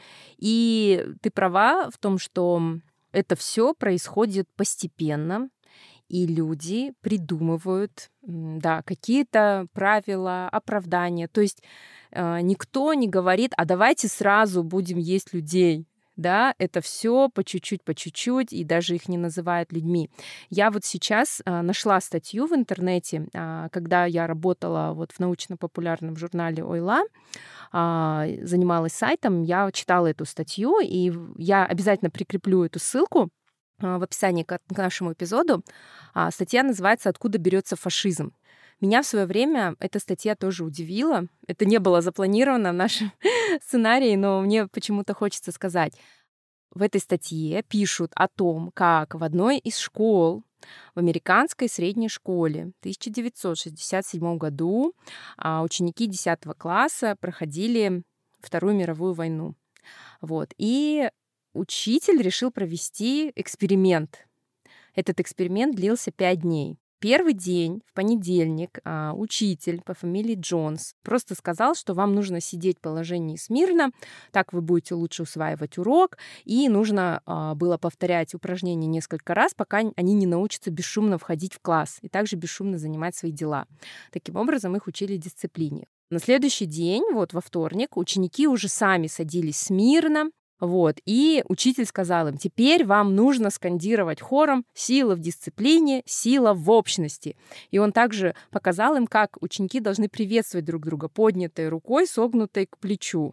[SPEAKER 2] И ты права в том, что это все происходит постепенно. И люди придумывают, да, какие-то правила, оправдания. То есть э, никто не говорит, а давайте сразу будем есть людей. Да, это все по чуть-чуть, по чуть-чуть, и даже их не называют людьми. Я вот сейчас э, нашла статью в интернете, э, когда я работала вот в научно-популярном журнале «Ойла», э, занималась сайтом, я читала эту статью, и я обязательно прикреплю эту ссылку в описании к нашему эпизоду. Статья называется «Откуда берется фашизм?». Меня в свое время эта статья тоже удивила. Это не было запланировано в нашем сценарии, но мне почему-то хочется сказать. В этой статье пишут о том, как в одной из школ В американской средней школе в тысяча девятьсот шестьдесят седьмом году а, ученики десятого класса проходили Вторую мировую войну. Вот. И учитель решил провести эксперимент. Этот эксперимент длился пять дней. Первый день, в понедельник, а, учитель по фамилии Джонс просто сказал, что вам нужно сидеть в положении смирно, так вы будете лучше усваивать урок, и нужно а, было повторять упражнения несколько раз, пока они не научатся бесшумно входить в класс и также бесшумно занимать свои дела. Таким образом, их учили дисциплине. На следующий день, вот во вторник, ученики уже сами садились смирно, вот, и учитель сказал им: теперь вам нужно скандировать хором «сила в дисциплине, сила в общности». И он также показал им, как ученики должны приветствовать друг друга поднятой рукой, согнутой к плечу.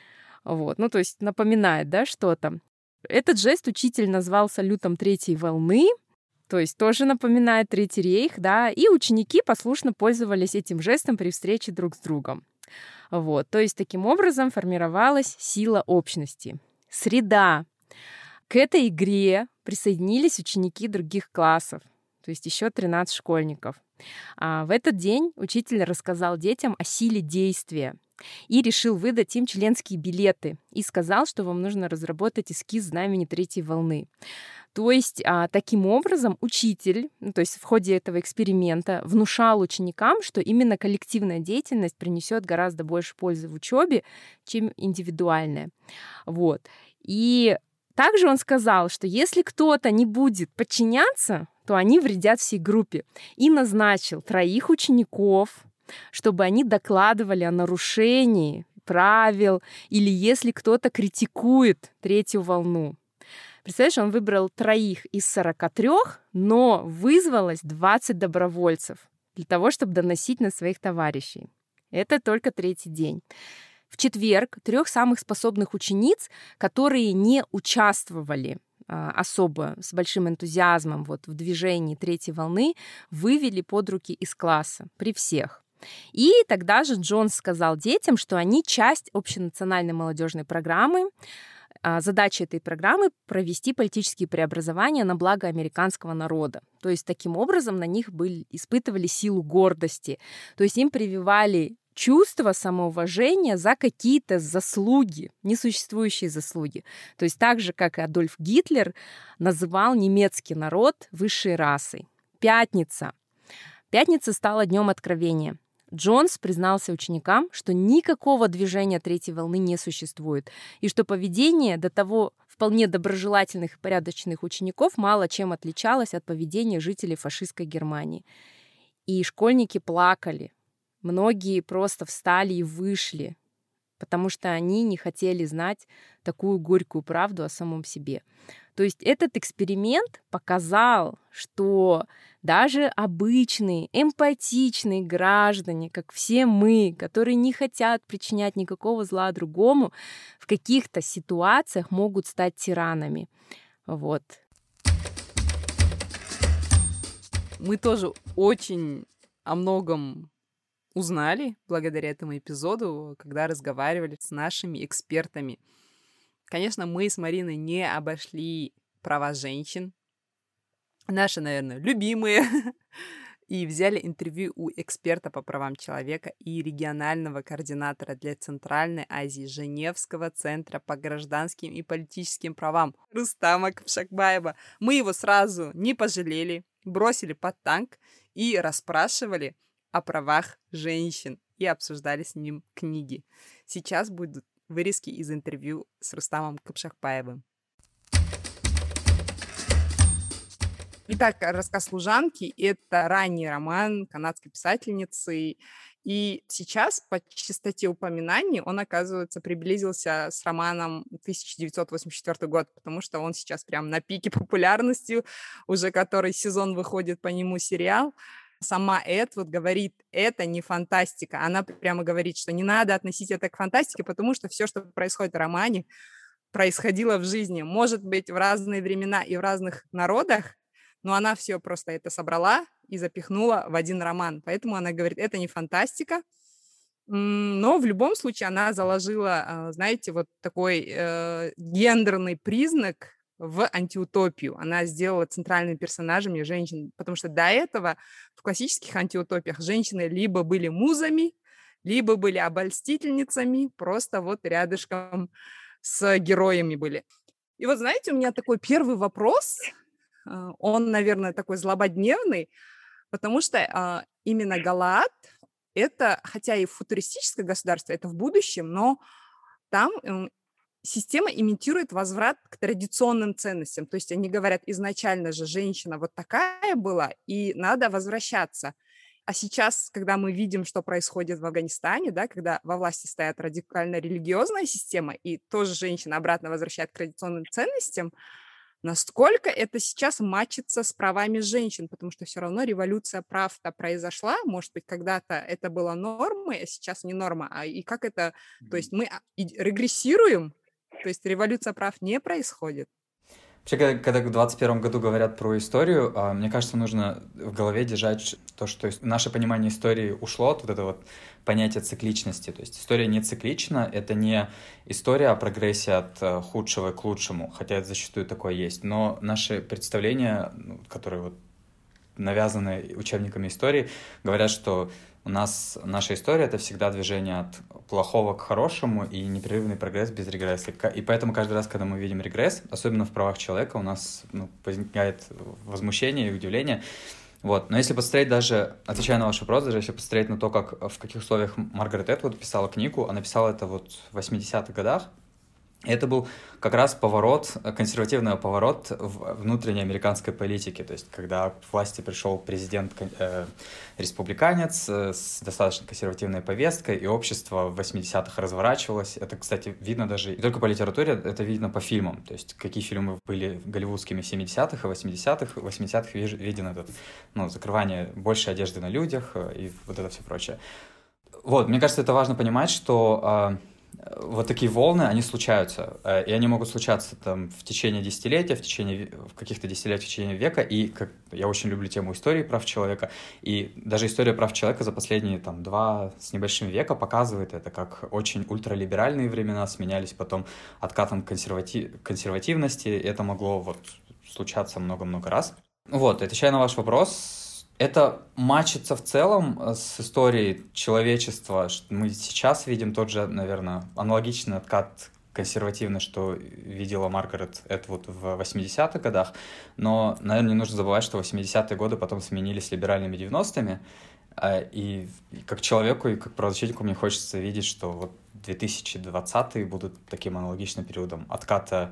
[SPEAKER 2] Вот, ну, то есть напоминает, да, что-то. Этот жест учитель назвал салютом третьей волны, то есть тоже напоминает Третий рейх, да, и ученики послушно пользовались этим жестом при встрече друг с другом. Вот, то есть таким образом формировалась сила общности. Среда. К этой игре присоединились ученики других классов, то есть еще тринадцать школьников. А в этот день учитель рассказал детям о силе действия и решил выдать им членские билеты и сказал, что вам нужно разработать эскиз знамени третьей волны. То есть а, таким образом учитель, ну, то есть в ходе этого эксперимента внушал ученикам, что именно коллективная деятельность принесет гораздо больше пользы в учебе, чем индивидуальная. Вот. И также он сказал, что если кто-то не будет подчиняться, то они вредят всей группе. И назначил троих учеников, чтобы они докладывали о нарушении правил или если кто-то критикует третью волну. Представляешь, он выбрал троих из сорока трёх, но вызвалось двадцать добровольцев для того, чтобы доносить на своих товарищей. Это только третий день. В четверг трех самых способных учениц, которые не участвовали а, особо с большим энтузиазмом вот, в движении третьей волны, вывели под руки из класса при всех. И тогда же Джонс сказал детям, что они часть общенациональной молодежной программы. Задача этой программы — провести политические преобразования на благо американского народа. То есть таким образом на них были, испытывали силу гордости. То есть им прививали чувство самоуважения за какие-то заслуги, несуществующие заслуги. То есть так же, как и Адольф Гитлер называл немецкий народ высшей расой. Пятница. Пятница стала днем откровения. Джонс признался ученикам, что никакого движения третьей волны не существует, и что поведение до того вполне доброжелательных и порядочных учеников мало чем отличалось от поведения жителей фашистской Германии. И школьники плакали. Многие просто встали и вышли, потому что они не хотели знать такую горькую правду о самом себе. То есть этот эксперимент показал, что даже обычные, эмпатичные граждане, как все мы, которые не хотят причинять никакого зла другому, в каких-то ситуациях могут стать тиранами. Вот.
[SPEAKER 3] Мы тоже очень о многом узнали благодаря этому эпизоду, когда разговаривали с нашими экспертами. Конечно, мы с Мариной не обошли права женщин, наши, наверное, любимые, и взяли интервью у эксперта по правам человека и регионального координатора для Центральной Азии Женевского центра по гражданским и политическим правам Рустама Капшакбаева. Мы его сразу не пожалели, бросили под танк и расспрашивали о правах женщин и обсуждали с ним книги. Сейчас будут вырезки из интервью с Рустамом Капшакбаевым. Итак, рассказ «Служанки» — это ранний роман канадской писательницы. И сейчас по частоте упоминаний он, оказывается, приблизился с романом тысяча девятьсот восемьдесят четвёртый год, потому что он сейчас прям на пике популярности, уже который сезон выходит по нему сериал. Сама Эд вот говорит, это не фантастика. Она прямо говорит, что не надо относить это к фантастике, потому что все, что происходит в романе, происходило в жизни. Может быть, в разные времена и в разных народах, но она все просто это собрала и запихнула в один роман. Поэтому она говорит, это не фантастика. Но в любом случае она заложила, знаете, вот такой э, гендерный признак в антиутопию. Она сделала центральными персонажами женщин, потому что до этого в классических антиутопиях женщины либо были музами, либо были обольстительницами, просто вот рядышком с героями были. И вот, знаете, у меня такой первый вопрос, он, наверное, такой злободневный, потому что именно Галаад — это, хотя и футуристическое государство, это в будущем, но там система имитирует возврат к традиционным ценностям. То есть они говорят, изначально же женщина вот такая была, и надо возвращаться. А сейчас, когда мы видим, что происходит в Афганистане, да, когда во власти стоит радикально религиозная система, и тоже женщина обратно возвращает к традиционным ценностям, насколько это сейчас мачится с правами женщин, потому что все равно революция прав-то произошла, может быть, когда-то это было нормой, а сейчас не норма. А и как это, то есть мы регрессируем, то есть революция прав не происходит.
[SPEAKER 1] Вообще, когда в двадцать первом году говорят про историю, мне кажется, нужно в голове держать то, что наше понимание истории ушло от вот этого вот понятия цикличности. То есть история не циклична, это не история о прогрессе от худшего к лучшему, хотя это зачастую такое есть. Но наши представления, которые вот навязаны учебниками истории, говорят, что у нас наша история — это всегда движение от плохого к хорошему и непрерывный прогресс без регресса. И поэтому каждый раз, когда мы видим регресс, особенно в правах человека, у нас ну, возникает возмущение и удивление. Вот. Но если посмотреть даже, отвечая на ваш вопрос, даже если посмотреть на то, как, в каких условиях Маргарет Этвуд писала книгу, она писала это вот в восьмидесятых годах. И это был как раз поворот, консервативный поворот в внутренней американской политике. То есть, когда к власти пришел президент э, республиканец э, с достаточно консервативной повесткой, и общество в восьмидесятых разворачивалось. Это, кстати, видно даже не только по литературе, это видно по фильмам. То есть, какие фильмы были голливудскими в семидесятых и восьмидесятых. В восьмидесятых виден этот, ну, закрывание большей одежды на людях и вот это все прочее. Вот, мне кажется, это важно понимать, что... Э, вот такие волны, они случаются, и они могут случаться там в течение десятилетия, в течение в каких-то десятилетий, в течение века, и как, я очень люблю тему истории прав человека, и даже история прав человека за последние там два с небольшим века показывает это, как очень ультралиберальные времена сменялись потом откатом консервати... консервативности, и это могло вот случаться много-много раз. Вот, отвечая на ваш вопрос, это мачится в целом с историей человечества. Мы сейчас видим тот же, наверное, аналогичный откат консервативный, что видела Маргарет Этвуд в восьмидесятых годах. Но, наверное, не нужно забывать, что восьмидесятые годы потом сменились либеральными девяностыми. И как человеку, и как правозащитнику мне хочется видеть, что вот две тысячи двадцатые будут таким аналогичным периодом отката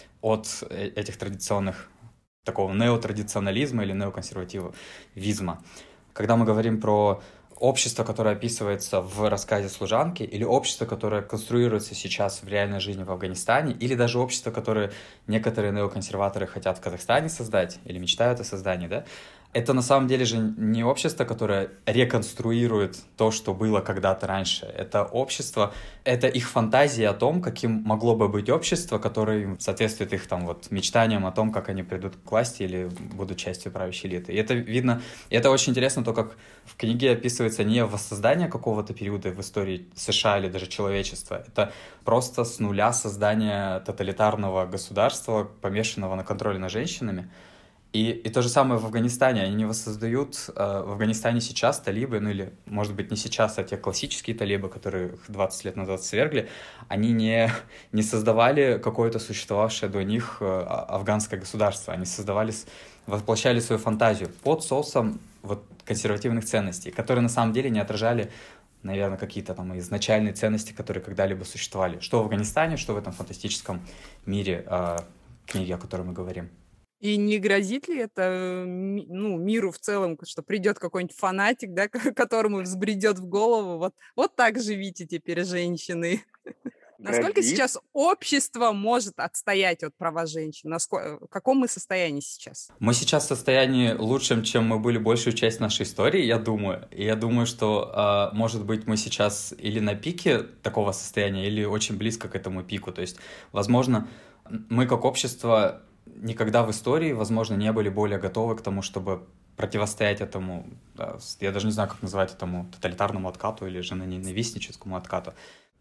[SPEAKER 1] от этих традиционных такого неотрадиционализма или неоконсервативизма. Когда мы говорим про общество, которое описывается в рассказе «Служанки», или общество, которое конструируется сейчас в реальной жизни в Афганистане, или даже общество, которое некоторые неоконсерваторы хотят в Казахстане создать, или мечтают о создании, да, это на самом деле же не общество, которое реконструирует то, что было когда-то раньше. Это общество, это их фантазия о том, каким могло бы быть общество, которое соответствует их там вот мечтаниям о том, как они придут к власти или будут частью правящей элиты. И это видно, и это очень интересно, то, как в книге описывается не воссоздание какого-то периода в истории США или даже человечества. Это просто с нуля создание тоталитарного государства, помешанного на контроле над женщинами. И, и то же самое в Афганистане. Они не воссоздают э, в Афганистане сейчас талибы, ну или, может быть, не сейчас, а те классические талибы, которые двадцать лет назад свергли, они не, не создавали какое-то существовавшее до них э, афганское государство. Они создавали, воплощали свою фантазию под соусом вот, консервативных ценностей, которые на самом деле не отражали, наверное, какие-то там изначальные ценности, которые когда-либо существовали. Что в Афганистане, что в этом фантастическом мире э, книги, о которой мы говорим.
[SPEAKER 3] И не грозит ли это ну, миру в целом, что придет какой-нибудь фанатик, да, которому взбредет в голову, вот, вот так живите теперь, женщины? Насколько сейчас общество может отстоять от права женщин? Насколько, в каком мы состоянии сейчас?
[SPEAKER 1] Мы сейчас в состоянии лучшем, чем мы были большую часть нашей истории, я думаю. И я думаю, что, э, может быть, мы сейчас или на пике такого состояния, или очень близко к этому пику. То есть, возможно, мы как общество никогда в истории, возможно, не были более готовы к тому, чтобы противостоять этому, да, я даже не знаю, как называть этому тоталитарному откату или же ненавистническому откату.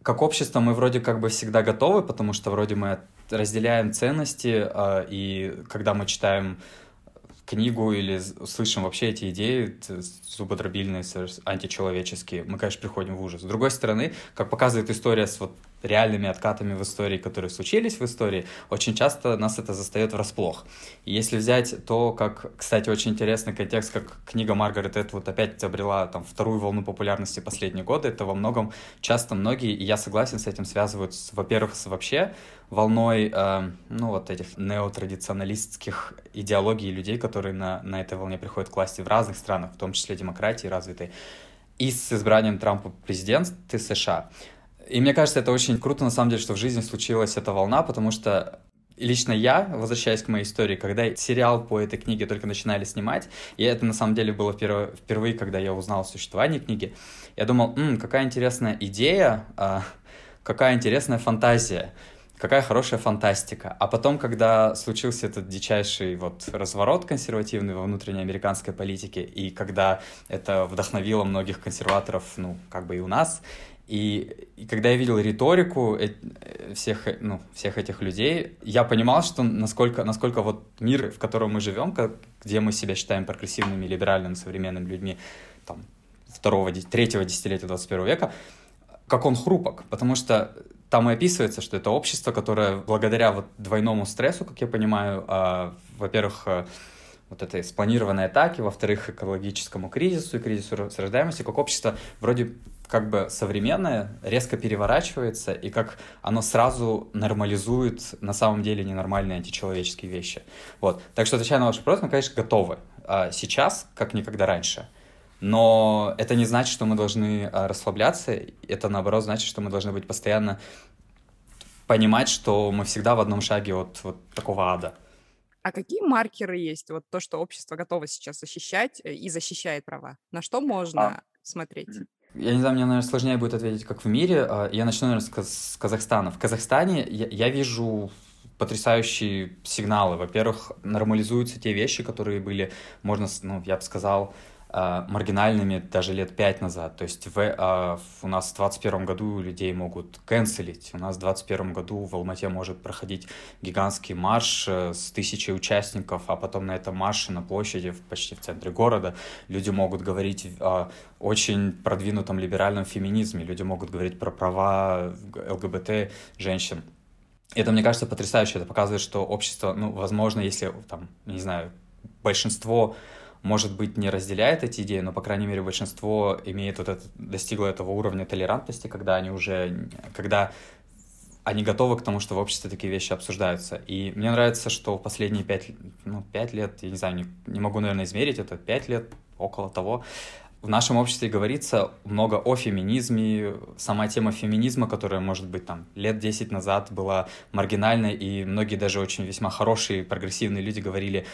[SPEAKER 1] как общество мы вроде как бы всегда готовы, потому что вроде мы разделяем ценности, и когда мы читаем книгу или слышим вообще эти идеи зубодробильные, античеловеческие, мы, конечно, приходим в ужас. С другой стороны, как показывает история с вот реальными откатами в истории, которые случились в истории, очень часто нас это застает врасплох. И если взять то, как, кстати, очень интересный контекст, как книга Маргарет Этвуд опять обрела там вторую волну популярности последние годы, это во многом часто многие, и я согласен с этим, связывают, с, во-первых, с вообще волной, э, ну, вот этих неотрадиционалистских идеологий людей, которые на, на этой волне приходят к власти в разных странах, в том числе демократии развитой, и с избранием Трампа в президенты США. И мне кажется, это очень круто, на самом деле, что в жизни случилась эта волна, потому что лично я, возвращаясь к моей истории, когда сериал по этой книге только начинали снимать, и это на самом деле было впервые, когда я узнал о существовании книги, я думал, М, какая интересная идея, а, какая интересная фантазия, какая хорошая фантастика. А потом, когда случился этот дичайший вот разворот консервативный во внутренней американской политике, и когда это вдохновило многих консерваторов, ну, как бы и у нас, И, и когда я видел риторику всех, ну, всех этих людей, я понимал, что насколько, насколько вот мир, в котором мы живем, как, где мы себя считаем прогрессивными, либеральными, современными людьми там, второго, третьего десятилетия двадцать первого века, как он хрупок, потому что там и описывается, что это общество, которое благодаря вот двойному стрессу, как я понимаю, а, во-первых, вот этой спланированной атаки, во-вторых, экологическому кризису и кризису рождаемости, как общество вроде как бы современное резко переворачивается, и как оно сразу нормализует на самом деле ненормальные античеловеческие вещи. Вот. Так что, отвечая на ваш вопрос, мы, конечно, готовы. А сейчас, как никогда раньше. Но это не значит, что мы должны расслабляться. Это, наоборот, значит, что мы должны быть постоянно понимать, что мы всегда в одном шаге от вот такого ада.
[SPEAKER 3] А какие маркеры есть? Вот то, что общество готово сейчас защищать и защищает права. На что можно а, смотреть?
[SPEAKER 1] Я не знаю, мне, наверное, сложнее будет ответить, как в мире. Я начну, наверное, с Казахстана. В Казахстане я, я вижу потрясающие сигналы. Во-первых, нормализуются те вещи, которые были, можно, ну, я бы сказал, маргинальными даже лет пять назад. То есть в, а, у нас в двадцать первом году людей могут канцелить. У нас в двадцать первом году в Алмате может проходить гигантский марш с тысячей участников, а потом на этом марше на площади почти в центре города люди могут говорить о очень продвинутом либеральном феминизме, люди могут говорить про права ЛГБТ женщин. Это, мне кажется, потрясающе. Это показывает, что общество, ну, возможно, если, там, не знаю, большинство может быть, не разделяет эти идеи, но, по крайней мере, большинство имеет вот это, достигло этого уровня толерантности, когда они уже, когда они готовы к тому, что в обществе такие вещи обсуждаются. И мне нравится, что в последние пять, ну, пять лет, я не знаю, не, не могу, наверное, измерить это, пять лет, около того, в нашем обществе говорится много о феминизме. Сама тема феминизма, которая, может быть, там лет десять назад была маргинальной, и многие даже очень весьма хорошие, прогрессивные люди говорили,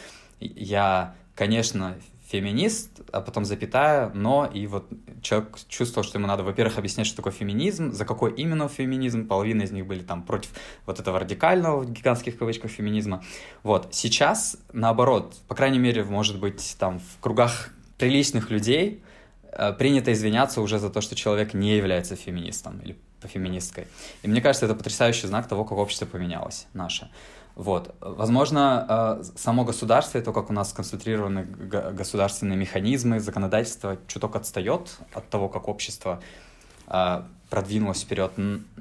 [SPEAKER 1] я, конечно, феминист, а потом запятая, но и вот человек чувствовал, что ему надо, во-первых, объяснять, что такое феминизм, за какой именно феминизм, половина из них были там против вот этого радикального, в гигантских кавычках, феминизма. Вот, сейчас, наоборот, по крайней мере, может быть, там в кругах приличных людей принято извиняться уже за то, что человек не является феминистом или феминисткой. И мне кажется, это потрясающий знак того, как общество поменялось наше. Вот. Возможно, само государство, и то, как у нас сконцентрированы государственные механизмы, законодательство, чуток отстает от того, как общество продвинулось вперед,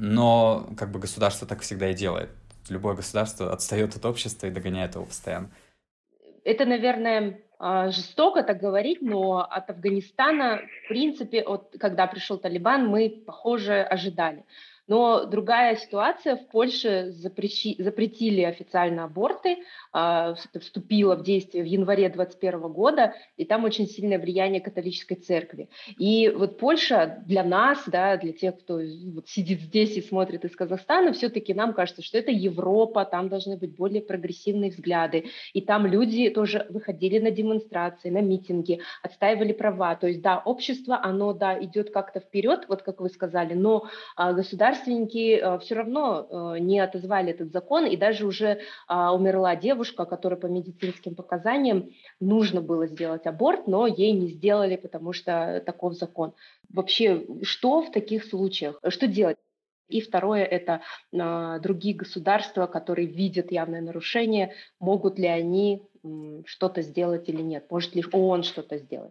[SPEAKER 1] но как бы государство так всегда и делает. Любое государство отстает от общества и догоняет его постоянно.
[SPEAKER 2] Это, наверное, жестоко так говорить, но от Афганистана, в принципе, от, когда пришел Талибан, мы, похоже, ожидали. Но другая ситуация. В Польше запрещи, запретили официально аборты. Это вступило в действие в январе двадцать первого года, и там очень сильное влияние католической церкви. И вот Польша для нас, да, для тех, кто вот сидит здесь и смотрит из Казахстана, все-таки нам кажется, что это Европа, там должны быть более прогрессивные взгляды. И там люди тоже выходили на демонстрации, на митинги, отстаивали права. То есть, да, общество, оно, да, идет как-то вперед, вот как вы сказали, но государство Государственники все равно не отозвали этот закон, и даже уже умерла девушка, которая по медицинским показаниям нужно было сделать аборт, но ей не сделали, потому что таков закон. Вообще, что в таких случаях? Что делать?
[SPEAKER 5] И второе – это э, другие государства, которые видят явное нарушение, могут ли они м, что-то сделать или нет, может ли ООН что-то сделать.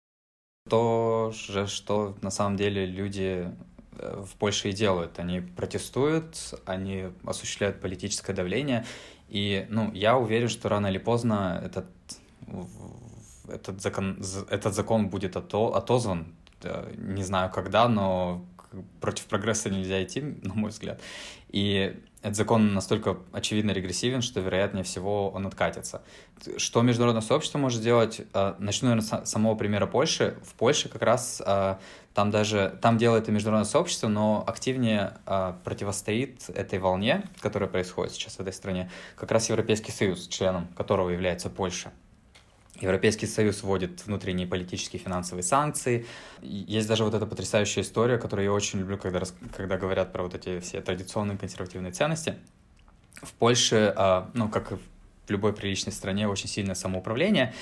[SPEAKER 1] То же, что на самом деле люди в Польше и делают. Они протестуют, они осуществляют политическое давление. И ну, я уверен, что рано или поздно этот, этот, закон, этот закон будет ото, отозван. Не знаю когда, но против прогресса нельзя идти, на мой взгляд. И этот закон настолько очевидно регрессивен, что, вероятнее всего, он откатится. Что международное сообщество может сделать? Начну, наверное, с самого примера Польши. В Польше как раз там даже, там делает и международное сообщество, но активнее противостоит этой волне, которая происходит сейчас в этой стране, как раз Европейский Союз, членом которого является Польша. Европейский Союз вводит внутренние политические и финансовые санкции. Есть даже вот эта потрясающая история, которую я очень люблю, когда, когда говорят про вот эти все традиционные консервативные ценности. В Польше, ну, как и в любой приличной стране, очень сильное самоуправление,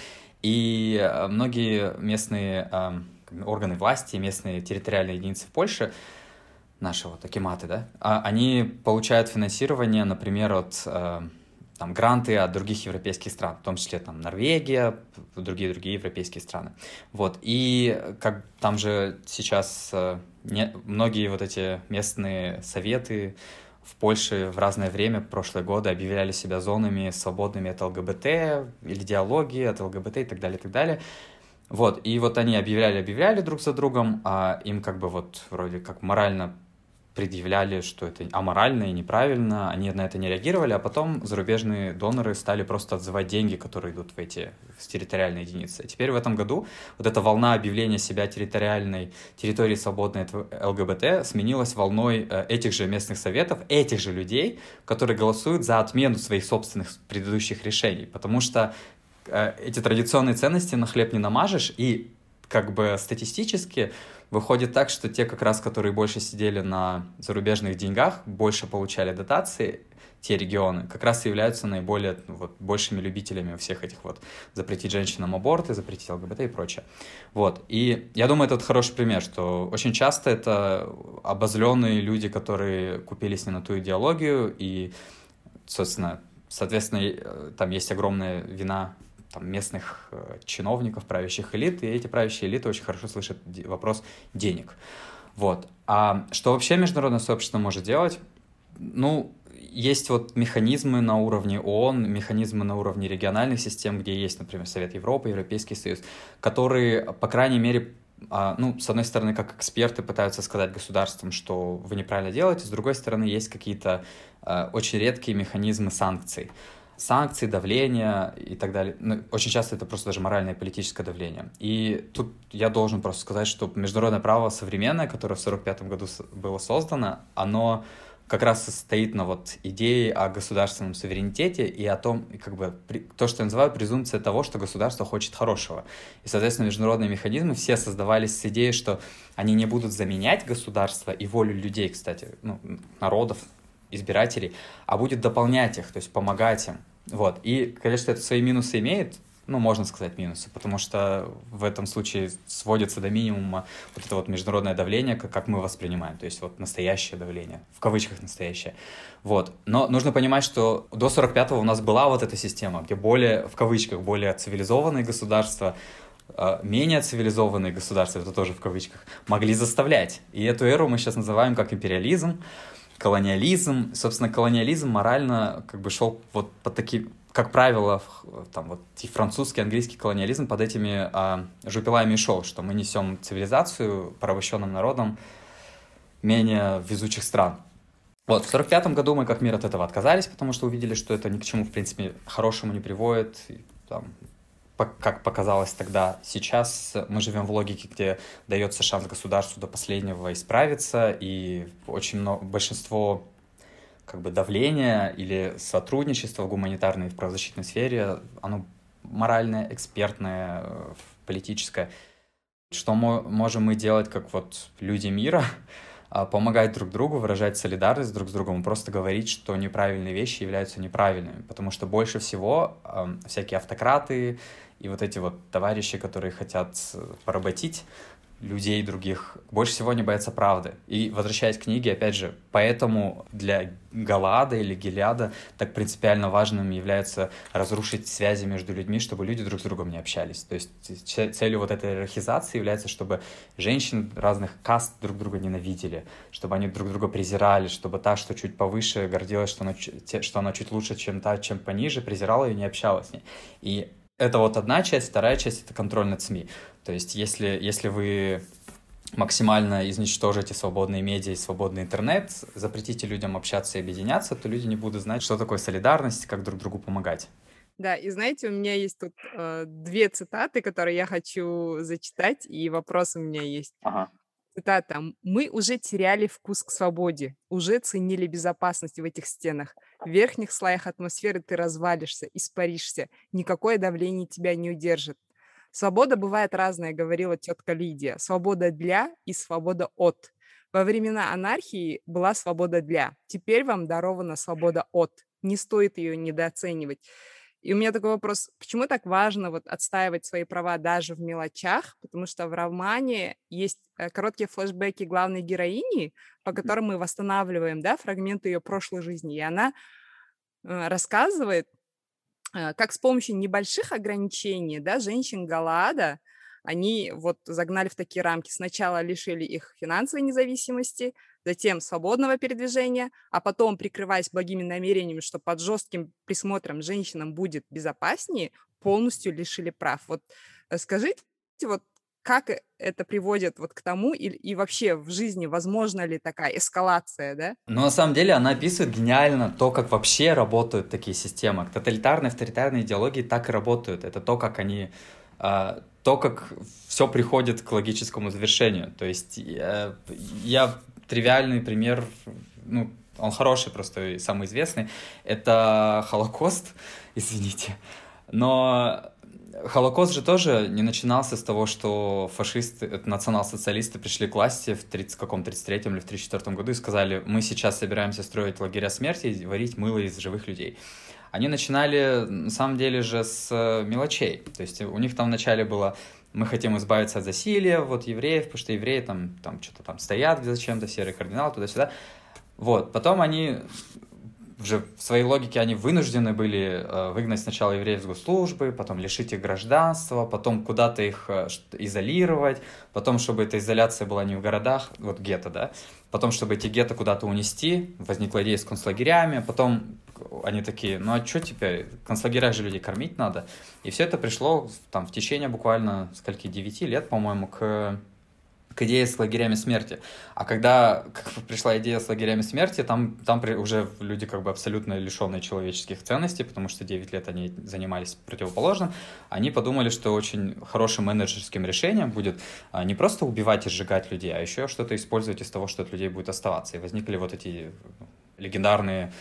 [SPEAKER 1] и многие местные органы власти, местные территориальные единицы в Польше, наши вот акиматы, да, они получают финансирование, например, от... там, гранты от других европейских стран, в том числе там Норвегия, другие-другие европейские страны. Вот. И как там же сейчас э, не, многие вот эти местные советы в Польше в разное время, прошлые годы, объявляли себя зонами свободными от ЛГБТ, или идеологии от ЛГБТ и так далее, и так далее. Вот. И вот они объявляли-объявляли друг за другом, а им как бы вот вроде как морально предъявляли, что это аморально и неправильно, они на это не реагировали, а потом зарубежные доноры стали просто отзывать деньги, которые идут в эти в территориальные единицы. Теперь в этом году вот эта волна объявления себя территориальной, территории свободной от ЛГБТ сменилась волной этих же местных советов, этих же людей, которые голосуют за отмену своих собственных предыдущих решений, потому что эти традиционные ценности на хлеб не намажешь, и как бы статистически выходит так, что те как раз, которые больше сидели на зарубежных деньгах, больше получали дотации, те регионы, как раз и являются наиболее ну, вот, большими любителями всех этих вот запретить женщинам аборты, запретить ЛГБТ и прочее. Вот. И я думаю, это вот хороший пример, что очень часто это обозленные люди, которые купились не на ту идеологию, и, собственно, соответственно, там есть огромная вина там, местных э, чиновников, правящих элит, и эти правящие элиты очень хорошо слышат де- вопрос денег. Вот. А что вообще международное сообщество может делать? Ну, есть вот механизмы на уровне ООН, механизмы на уровне региональных систем, где есть, например, Совет Европы, Европейский Союз, которые, по крайней мере, а, ну, с одной стороны, как эксперты пытаются сказать государствам, что вы неправильно делаете, с другой стороны, есть какие-то а, очень редкие механизмы санкций. санкции, давление и так далее. Ну, очень часто это просто даже моральное и политическое давление. И тут я должен просто сказать, что международное право современное, которое в сорок пятом году было создано, оно как раз состоит на вот идее о государственном суверенитете и о том, как бы, то, что я называю презумпция того, что государство хочет хорошего. И, соответственно, международные механизмы все создавались с идеей, что они не будут заменять государство и волю людей, кстати, ну, народов, избирателей, а будет дополнять их, то есть помогать им. Вот. И, конечно, это свои минусы имеет, ну, можно сказать минусы, потому что в этом случае сводится до минимума вот это вот международное давление, как, как мы воспринимаем, то есть вот настоящее давление, в кавычках настоящее. Вот. Но нужно понимать, что до сорок пятого у нас была вот эта система, где более, в кавычках, более цивилизованные государства, менее цивилизованные государства, это тоже в кавычках, могли заставлять. И эту эру мы сейчас называем как империализм, колониализм. Собственно, колониализм морально как бы шел вот по таким, как правило, там вот и французский, английский колониализм под этими а, жупелами шел, что мы несем цивилизацию порабощенным народам менее везучих стран. Вот, в сорок пятом году мы как мир от этого отказались, потому что увидели, что это ни к чему, в принципе, хорошему не приводит. И, там, как показалось тогда, сейчас мы живем в логике, где дается шанс государству до последнего исправиться, и очень много, большинство как бы давления или сотрудничества в гуманитарной и в правозащитной сфере, оно моральное, экспертное, политическое. Что мы, можем мы делать, как вот люди мира? Помогать друг другу, выражать солидарность друг с другом, просто говорить, что неправильные вещи являются неправильными, потому что больше всего э, всякие автократы и вот эти вот товарищи, которые хотят поработить людей других, больше всего они боятся правды. И возвращаясь к книге, опять же, поэтому для Галаада или Гилеада так принципиально важным является разрушить связи между людьми, чтобы люди друг с другом не общались. То есть целью вот этой иерархизации является, чтобы женщин разных каст друг друга ненавидели, чтобы они друг друга презирали, чтобы та, что чуть повыше, гордилась, что она, что она чуть лучше, чем та, чем пониже, презирала ее и не общалась с ней. И это вот одна часть, вторая часть — это контроль над СМИ. То есть если, если вы максимально изничтожите свободные медиа и свободный интернет, запретите людям общаться и объединяться, то люди не будут знать, что такое солидарность, как друг другу помогать.
[SPEAKER 3] Да, и знаете, у меня есть тут э, две цитаты, которые я хочу зачитать, и вопрос у меня есть.
[SPEAKER 1] Ага.
[SPEAKER 3] Цитата. «Мы уже теряли вкус к свободе, уже ценили безопасность в этих стенах. В верхних слоях атмосферы ты развалишься, испаришься, никакое давление тебя не удержит. Свобода бывает разная», говорила тетка Лидия. Свобода для и свобода от. Во времена анархии была свобода для. Теперь вам дарована свобода от. Не стоит ее недооценивать. И у меня такой вопрос, почему так важно вот отстаивать свои права даже в мелочах? Потому что в романе есть э, короткие флешбеки главной героини, по которым мы восстанавливаем, да, фрагменты ее прошлой жизни. И она э, рассказывает, э, как с помощью небольших ограничений, да, женщин Галаада, они вот загнали в такие рамки. Сначала лишили их финансовой независимости, затем свободного передвижения, а потом, прикрываясь благими намерениями, что под жестким присмотром женщинам будет безопаснее, полностью лишили прав. Вот э, скажите, вот как это приводит вот к тому, и, и вообще в жизни возможна ли такая эскалация, да?
[SPEAKER 1] Но на самом деле она описывает гениально то, как вообще работают такие системы. Тоталитарные, авторитарные идеологии так и работают. Это то, как они... Uh, то, как все приходит к логическому завершению. То есть я, я тривиальный пример, ну, он хороший просто и самый известный, это Холокост, извините. Но Холокост же тоже не начинался с того, что фашисты, национал-социалисты пришли к власти в тридцать, каком тридцать третьем или в тридцать четвёртом году и сказали, мы сейчас собираемся строить лагеря смерти и варить мыло из живых людей. Они начинали, на самом деле же, с мелочей. То есть у них там вначале было, мы хотим избавиться от засилия, вот евреев, потому что евреи там, там что-то там стоят где зачем-то, серый кардинал, туда-сюда. Вот, потом они, уже в своей логике, они вынуждены были э, выгнать сначала евреев с госслужбы, потом лишить их гражданства, потом куда-то их э, изолировать, потом, чтобы эта изоляция была не в городах, вот гетто, да, потом, чтобы эти гетто куда-то унести, возникла идея с концлагерями, потом они такие, ну а что теперь, в концлагерях же людей кормить надо. И все это пришло там в течение буквально скольки, девяти лет, по-моему, к, к идее с лагерями смерти. А когда пришла идея с лагерями смерти, там, там уже люди как бы абсолютно лишенные человеческих ценностей, потому что девять лет они занимались противоположным, они подумали, что очень хорошим менеджерским решением будет не просто убивать и сжигать людей, а еще что-то использовать из того, что от людей будет оставаться. И возникли вот эти легендарные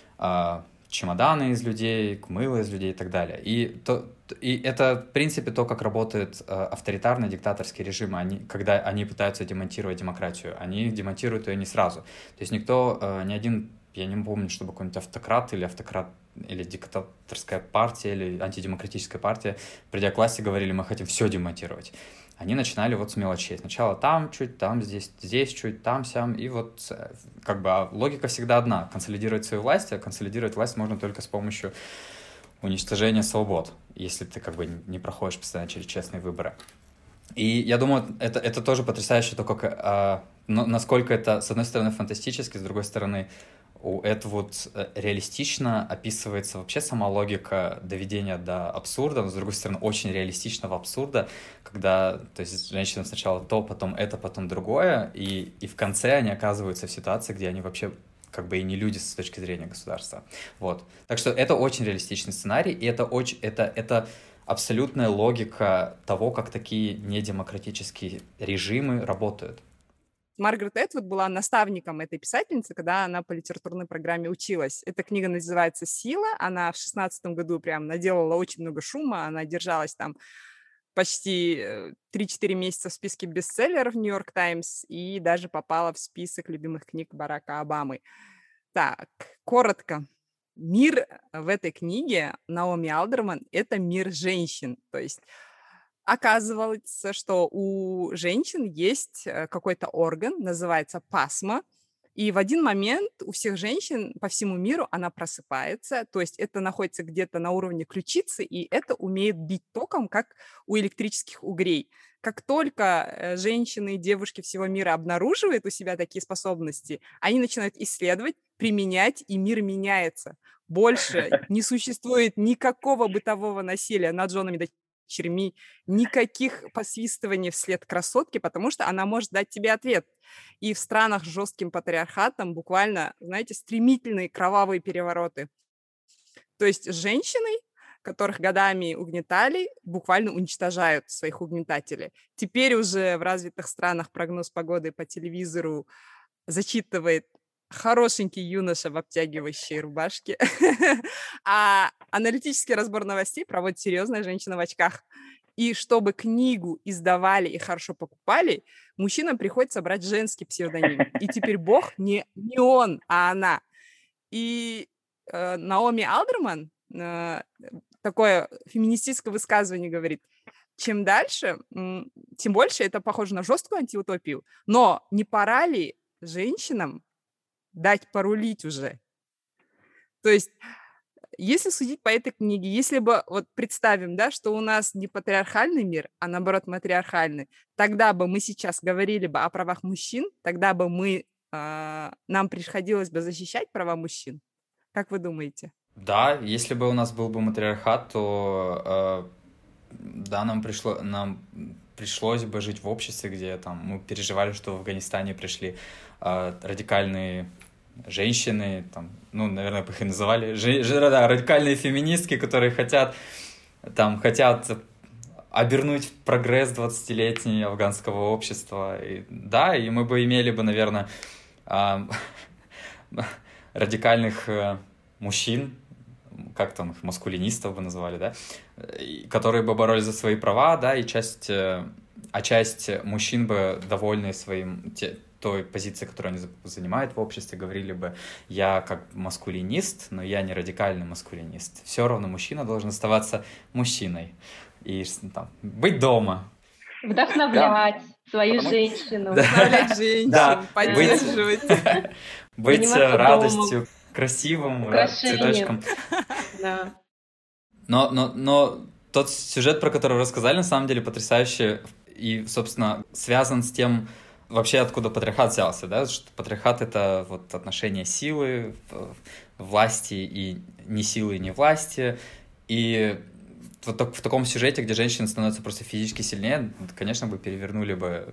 [SPEAKER 1] чемоданы из людей, мыло из людей и так далее. И, то, и это, в принципе, то, как работают авторитарные диктаторские режимы, они, когда они пытаются демонтировать демократию. Они демонтируют ее не сразу. То есть никто, ни один, я не помню, чтобы какой-нибудь автократ или автократ, или диктаторская партия, или антидемократическая партия, придя к власти, говорили, мы хотим все демонтировать. Они начинали вот с мелочей. Сначала там чуть, там здесь, здесь чуть, там сям. И вот как бы логика всегда одна. Консолидировать свою власть, а консолидировать власть можно только с помощью уничтожения свобод, если ты как бы не проходишь постоянно через честные выборы. И я думаю, это, это тоже потрясающе, то, как, а, насколько это, с одной стороны, фантастически, с другой стороны, это вот реалистично описывается вообще сама логика доведения до абсурда, но, с другой стороны, очень реалистичного абсурда, когда, то есть, женщина сначала то, потом это, потом другое, и, и в конце они оказываются в ситуации, где они вообще как бы и не люди с точки зрения государства. Вот. Так что это очень реалистичный сценарий, и это очень, это, это абсолютная логика того, как такие недемократические режимы работают.
[SPEAKER 3] Маргарет Этвуд была наставником этой писательницы, когда она по литературной программе училась. Эта книга называется «Сила». Она в шестнадцатом году прям наделала очень много шума. Она держалась там почти три-четыре месяца в списке бестселлеров «Нью-Йорк Таймс» и даже попала в список любимых книг Барака Обамы. Так, коротко. Мир в этой книге Наоми Алдерман — это мир женщин. То есть Оказывается, что у женщин есть какой-то орган, называется пасма, и в один момент у всех женщин по всему миру она просыпается, то есть это находится где-то на уровне ключицы, и это умеет бить током, как у электрических угрей. Как только женщины и девушки всего мира обнаруживают у себя такие способности, они начинают исследовать, применять, и мир меняется. Больше не существует никакого бытового насилия над женами, дочерьми, никаких посвистываний вслед красотки, потому что она может дать тебе ответ. И в странах с жестким патриархатом буквально, знаете, стремительные кровавые перевороты. То есть женщины, которых годами угнетали, буквально уничтожают своих угнетателей. Теперь уже в развитых странах прогноз погоды по телевизору зачитывает хорошенький юноша в обтягивающей рубашке, а аналитический разбор новостей проводит серьезная женщина в очках. И чтобы книгу издавали и хорошо покупали, мужчинам приходится брать женский псевдоним. И теперь Бог не, не он, а она. И э, Наоми Алдерман э, такое феминистическое высказывание говорит: чем дальше, тем больше это похоже на жесткую антиутопию. Но не пора ли женщинам дать порулить уже? То есть, если судить по этой книге, если бы, вот представим, да, что у нас не патриархальный мир, а наоборот матриархальный, тогда бы мы сейчас говорили бы о правах мужчин, тогда бы мы, э, нам приходилось бы защищать права мужчин. Как вы думаете?
[SPEAKER 1] Да, если бы у нас был бы матриархат, то э, да, нам пришло, нам пришлось бы жить в обществе, где там мы переживали, что в Афганистане пришли э, радикальные женщины, там, ну, наверное, их и называли, ж, ж, да, радикальные феминистки, которые хотят, там, хотят обернуть в прогресс двадцатилетнего афганского общества. И, да, и мы бы имели бы, наверное, э, радикальных э, мужчин, как там их, маскулинистов бы называли, да, которые бы боролись за свои права, да, и часть, а часть мужчин бы, довольные своим, те, той позицией, которую они занимают в обществе, говорили бы: я как маскулинист, но я не радикальный маскулинист. Все равно мужчина должен оставаться мужчиной и там, быть дома.
[SPEAKER 5] Вдохновлять свою женщину.
[SPEAKER 3] Вдохновлять женщин, поддерживать.
[SPEAKER 1] Быть радостью, красивым цветочком.
[SPEAKER 5] Да.
[SPEAKER 1] Но, но, но тот сюжет, про который вы рассказали, на самом деле потрясающий и, собственно, связан с тем, вообще откуда патриархат взялся, да, что патриархат — это вот отношение силы, власти и не силы, и не власти, и вот в таком сюжете, где женщины становятся просто физически сильнее, конечно, бы перевернули бы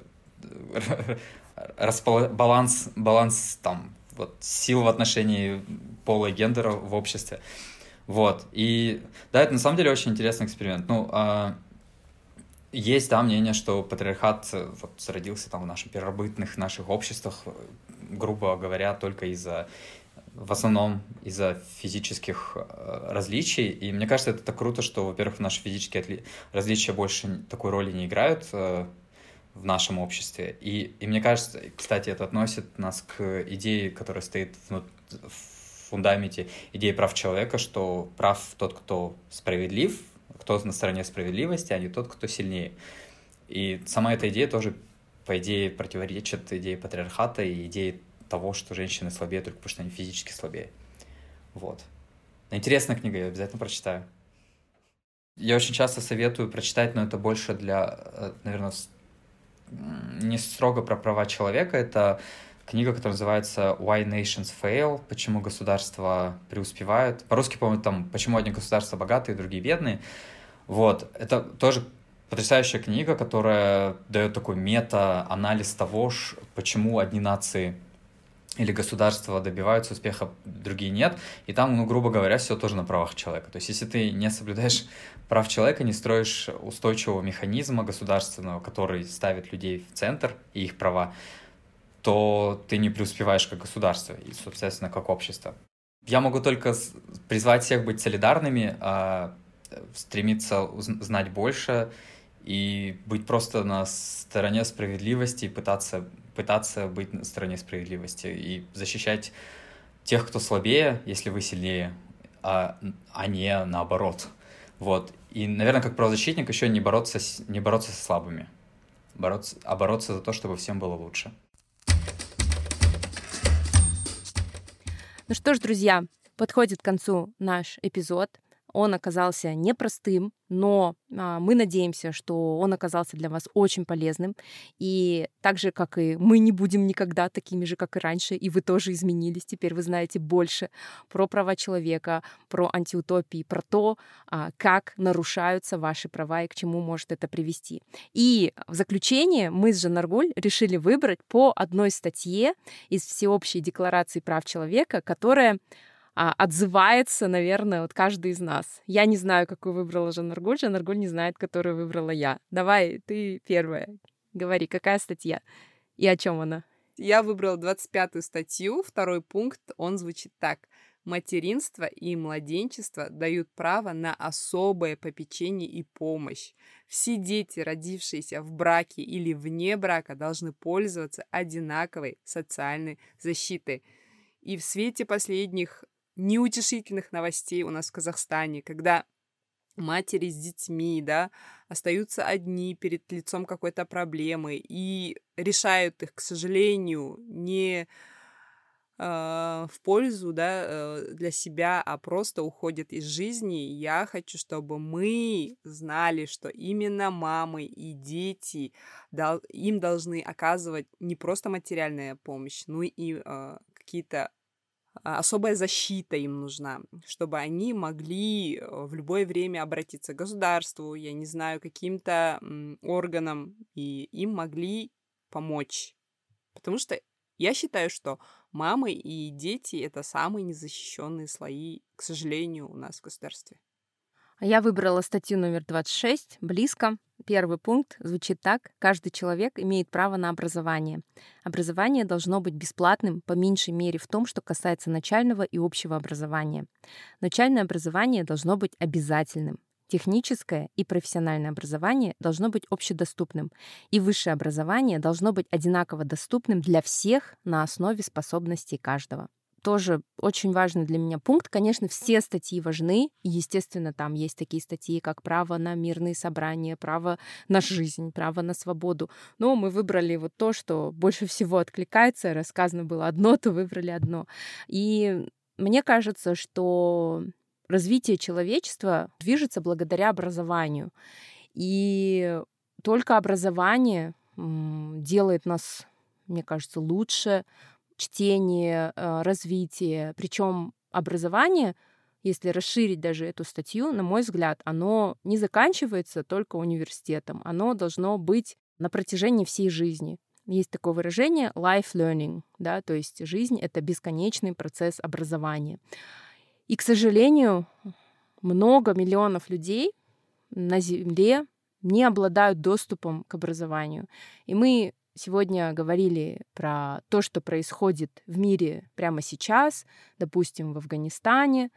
[SPEAKER 1] баланс, баланс там, вот, сил в отношении пола и гендера в обществе. Вот. И да, это на самом деле очень интересный эксперимент. Ну, а, есть, да, мнение, что патриархат вот зародился там в наших первобытных наших обществах, грубо говоря, только из-за, в основном из-за физических различий. И мне кажется, это так круто, что, во-первых, наши физические отли... различия больше такой роли не играют в нашем обществе. И, и мне кажется, кстати, это относит нас к идее, которая стоит в, в фундаменте идеи прав человека, что прав тот, кто справедлив, кто на стороне справедливости, а не тот, кто сильнее. И сама эта идея тоже, по идее, противоречит идее патриархата и идее того, что женщины слабее только потому, что они физически слабее. Вот. Интересная книга, я обязательно прочитаю. Я очень часто советую прочитать, но это больше для, наверное, не строго про права человека. Это книга, которая называется «Why Nations Fail», «Почему государства преуспевают». По-русски, по-моему, там «Почему одни государства богатые, другие бедные». Вот. Это тоже потрясающая книга, которая дает такой мета-анализ того, почему одни нации или государства добиваются успеха, другие нет. И там, ну, грубо говоря, все тоже на правах человека. То есть, если ты не соблюдаешь прав человека, не строишь устойчивого механизма государственного, который ставит людей в центр и их права, то ты не преуспеваешь как государство и, соответственно, как общество. Я могу только призвать всех быть солидарными, стремиться знать больше и быть просто на стороне справедливости, пытаться, пытаться быть на стороне справедливости и защищать тех, кто слабее, если вы сильнее, а, а не наоборот. Вот. И, наверное, как правозащитник еще не бороться, с, не бороться со слабыми, бороться, а бороться за то, чтобы всем было лучше.
[SPEAKER 2] Ну что ж, друзья, подходит к концу наш эпизод. Он оказался непростым, но а, мы надеемся, что он оказался для вас очень полезным. И так же, как и мы не будем никогда такими же, как и раньше, и вы тоже изменились. Теперь вы знаете больше про права человека, про антиутопии, про то, а, как нарушаются ваши права и к чему может это привести. И в заключение мы с Жанаргуль решили выбрать по одной статье из Всеобщей декларации прав человека, которая а, отзывается, наверное, вот каждый из нас. Я не знаю, какую выбрала Жанаргуль, Жанаргуль не знает, которую выбрала я. Давай, ты первая. Говори, какая статья и о чем она?
[SPEAKER 3] Я выбрала двадцать пятую статью, второй пункт, он звучит так. Материнство и младенчество дают право на особое попечение и помощь. Все дети, родившиеся в браке или вне брака, должны пользоваться одинаковой социальной защитой. И в свете последних неутешительных новостей у нас в Казахстане, когда матери с детьми, да, остаются одни перед лицом какой-то проблемы и решают их, к сожалению, не э, в пользу, да, э, для себя, а просто уходят из жизни. Я хочу, чтобы мы знали, что именно мамы и дети, дол- им должны оказывать не просто материальная помощь, но и э, какие-то особая защита им нужна, чтобы они могли в любое время обратиться к государству, я не знаю, каким-то м, органам, и им могли помочь. Потому что я считаю, что мамы и дети — это самые незащищенные слои, к сожалению, у нас в государстве.
[SPEAKER 2] Я выбрала статью номер двадцать шесть, близко. Первый пункт звучит так. Каждый человек имеет право на образование. Образование должно быть бесплатным, по меньшей мере в том, что касается начального и общего образования. Начальное образование должно быть обязательным. Техническое и профессиональное образование должно быть общедоступным. И высшее образование должно быть одинаково доступным для всех на основе способностей каждого. Тоже очень важный для меня пункт. Конечно, все статьи важны. И, естественно, там есть такие статьи, как право на мирные собрания, право на жизнь, право на свободу. Но мы выбрали вот то, что больше всего откликается. Рассказано было одно, то выбрали одно. И мне кажется, что развитие человечества движется благодаря образованию. И только образование делает нас, мне кажется, лучше, чтение, развитие. Причем образование, если расширить даже эту статью, на мой взгляд, оно не заканчивается только университетом. Оно должно быть на протяжении всей жизни. Есть такое выражение life learning, да, то есть жизнь — это бесконечный процесс образования. И, к сожалению, много миллионов людей на Земле не обладают доступом к образованию. И мы сегодня говорили про то, что происходит в мире прямо сейчас, допустим, в Афганистане,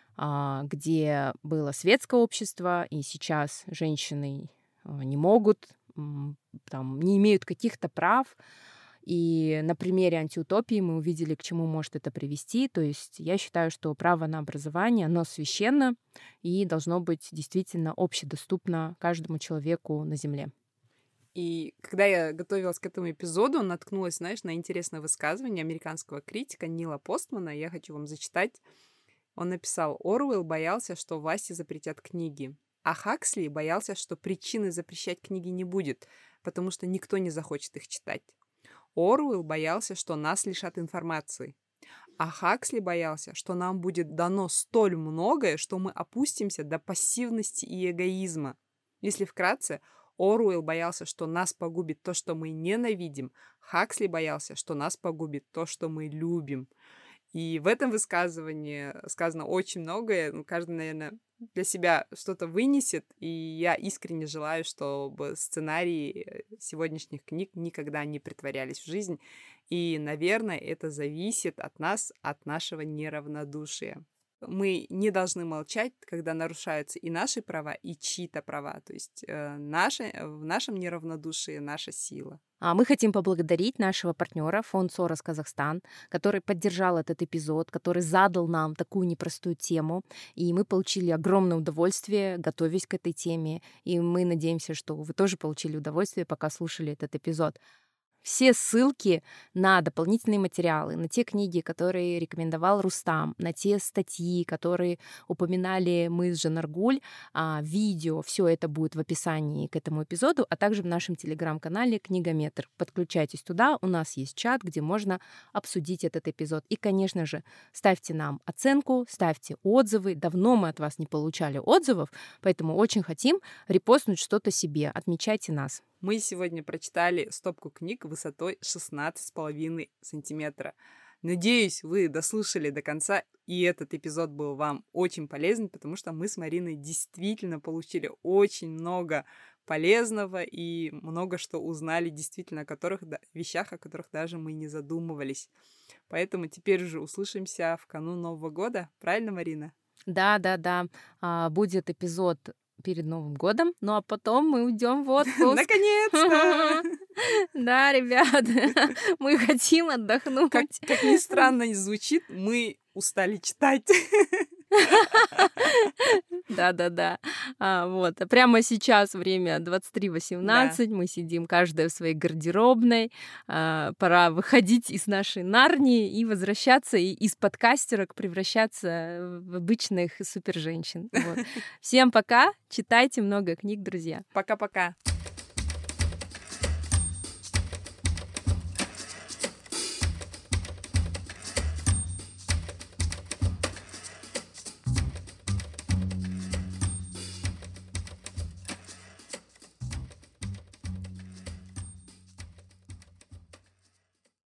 [SPEAKER 2] где было светское общество, и сейчас женщины не могут, там, не имеют каких-то прав. И на примере антиутопии мы увидели, к чему может это привести. То есть я считаю, что право на образование, оно священно и должно быть действительно общедоступно каждому человеку на Земле.
[SPEAKER 3] И когда я готовилась к этому эпизоду, наткнулась, знаешь, на интересное высказывание американского критика Нила Постмана. Я хочу вам зачитать. Он написал: Оруэлл боялся, что власти запретят книги, а Хаксли боялся, что причины запрещать книги не будет, потому что никто не захочет их читать. Оруэлл боялся, что нас лишат информации, а Хаксли боялся, что нам будет дано столь многое, что мы опустимся до пассивности и эгоизма. Если вкратце, Оруэлл боялся, что нас погубит то, что мы ненавидим. Хаксли боялся, что нас погубит то, что мы любим. И в этом высказывании сказано очень многое. Ну, каждый, наверное, для себя что-то вынесет. И я искренне желаю, чтобы сценарии сегодняшних книг никогда не претворялись в жизнь. И, наверное, это зависит от нас, от нашего неравнодушия. мы не должны молчать, когда нарушаются и наши права, и чьи-то права. То есть э, наши, в нашем неравнодушии наша сила.
[SPEAKER 2] А мы хотим поблагодарить нашего партнера фонд Сорос Казахстан, который поддержал этот эпизод, который задал нам такую непростую тему, и мы получили огромное удовольствие, готовясь к этой теме, и мы надеемся, что вы тоже получили удовольствие, пока слушали этот эпизод. Все ссылки на дополнительные материалы, на те книги, которые рекомендовал Рустам, на те статьи, которые упоминали мы с Жанаргуль, а, видео, все это будет в описании к этому эпизоду, а также в нашем телеграм-канале «Книгометр». Подключайтесь туда, у нас есть чат, где можно обсудить этот эпизод. И, конечно же, ставьте нам оценку, ставьте отзывы. Давно мы от вас не получали отзывов, поэтому очень хотим репостнуть что-то себе. Отмечайте нас.
[SPEAKER 3] Мы сегодня прочитали стопку книг высотой шестнадцать с половиной сантиметра. Надеюсь, вы дослушали до конца, и этот эпизод был вам очень полезен, потому что мы с Мариной действительно получили очень много полезного и много что узнали действительно о которых, вещах, о которых даже мы не задумывались. Поэтому теперь уже услышимся в канун Нового года. Правильно, Марина?
[SPEAKER 2] Да, да, да. А, будет эпизод перед Новым годом, ну а потом мы уйдем в отпуск.
[SPEAKER 3] Наконец-то!
[SPEAKER 2] Да, ребят, мы хотим отдохнуть.
[SPEAKER 3] Как, как ни странно не звучит, мы устали читать.
[SPEAKER 2] Да-да-да. А, вот. А прямо сейчас время двадцать три восемнадцать. Да. Мы сидим каждая в своей гардеробной. А, пора выходить из нашей Нарнии и возвращаться и из подкастерок превращаться в обычных суперженщин. Вот. Всем пока. Читайте много книг, друзья.
[SPEAKER 3] Пока-пока.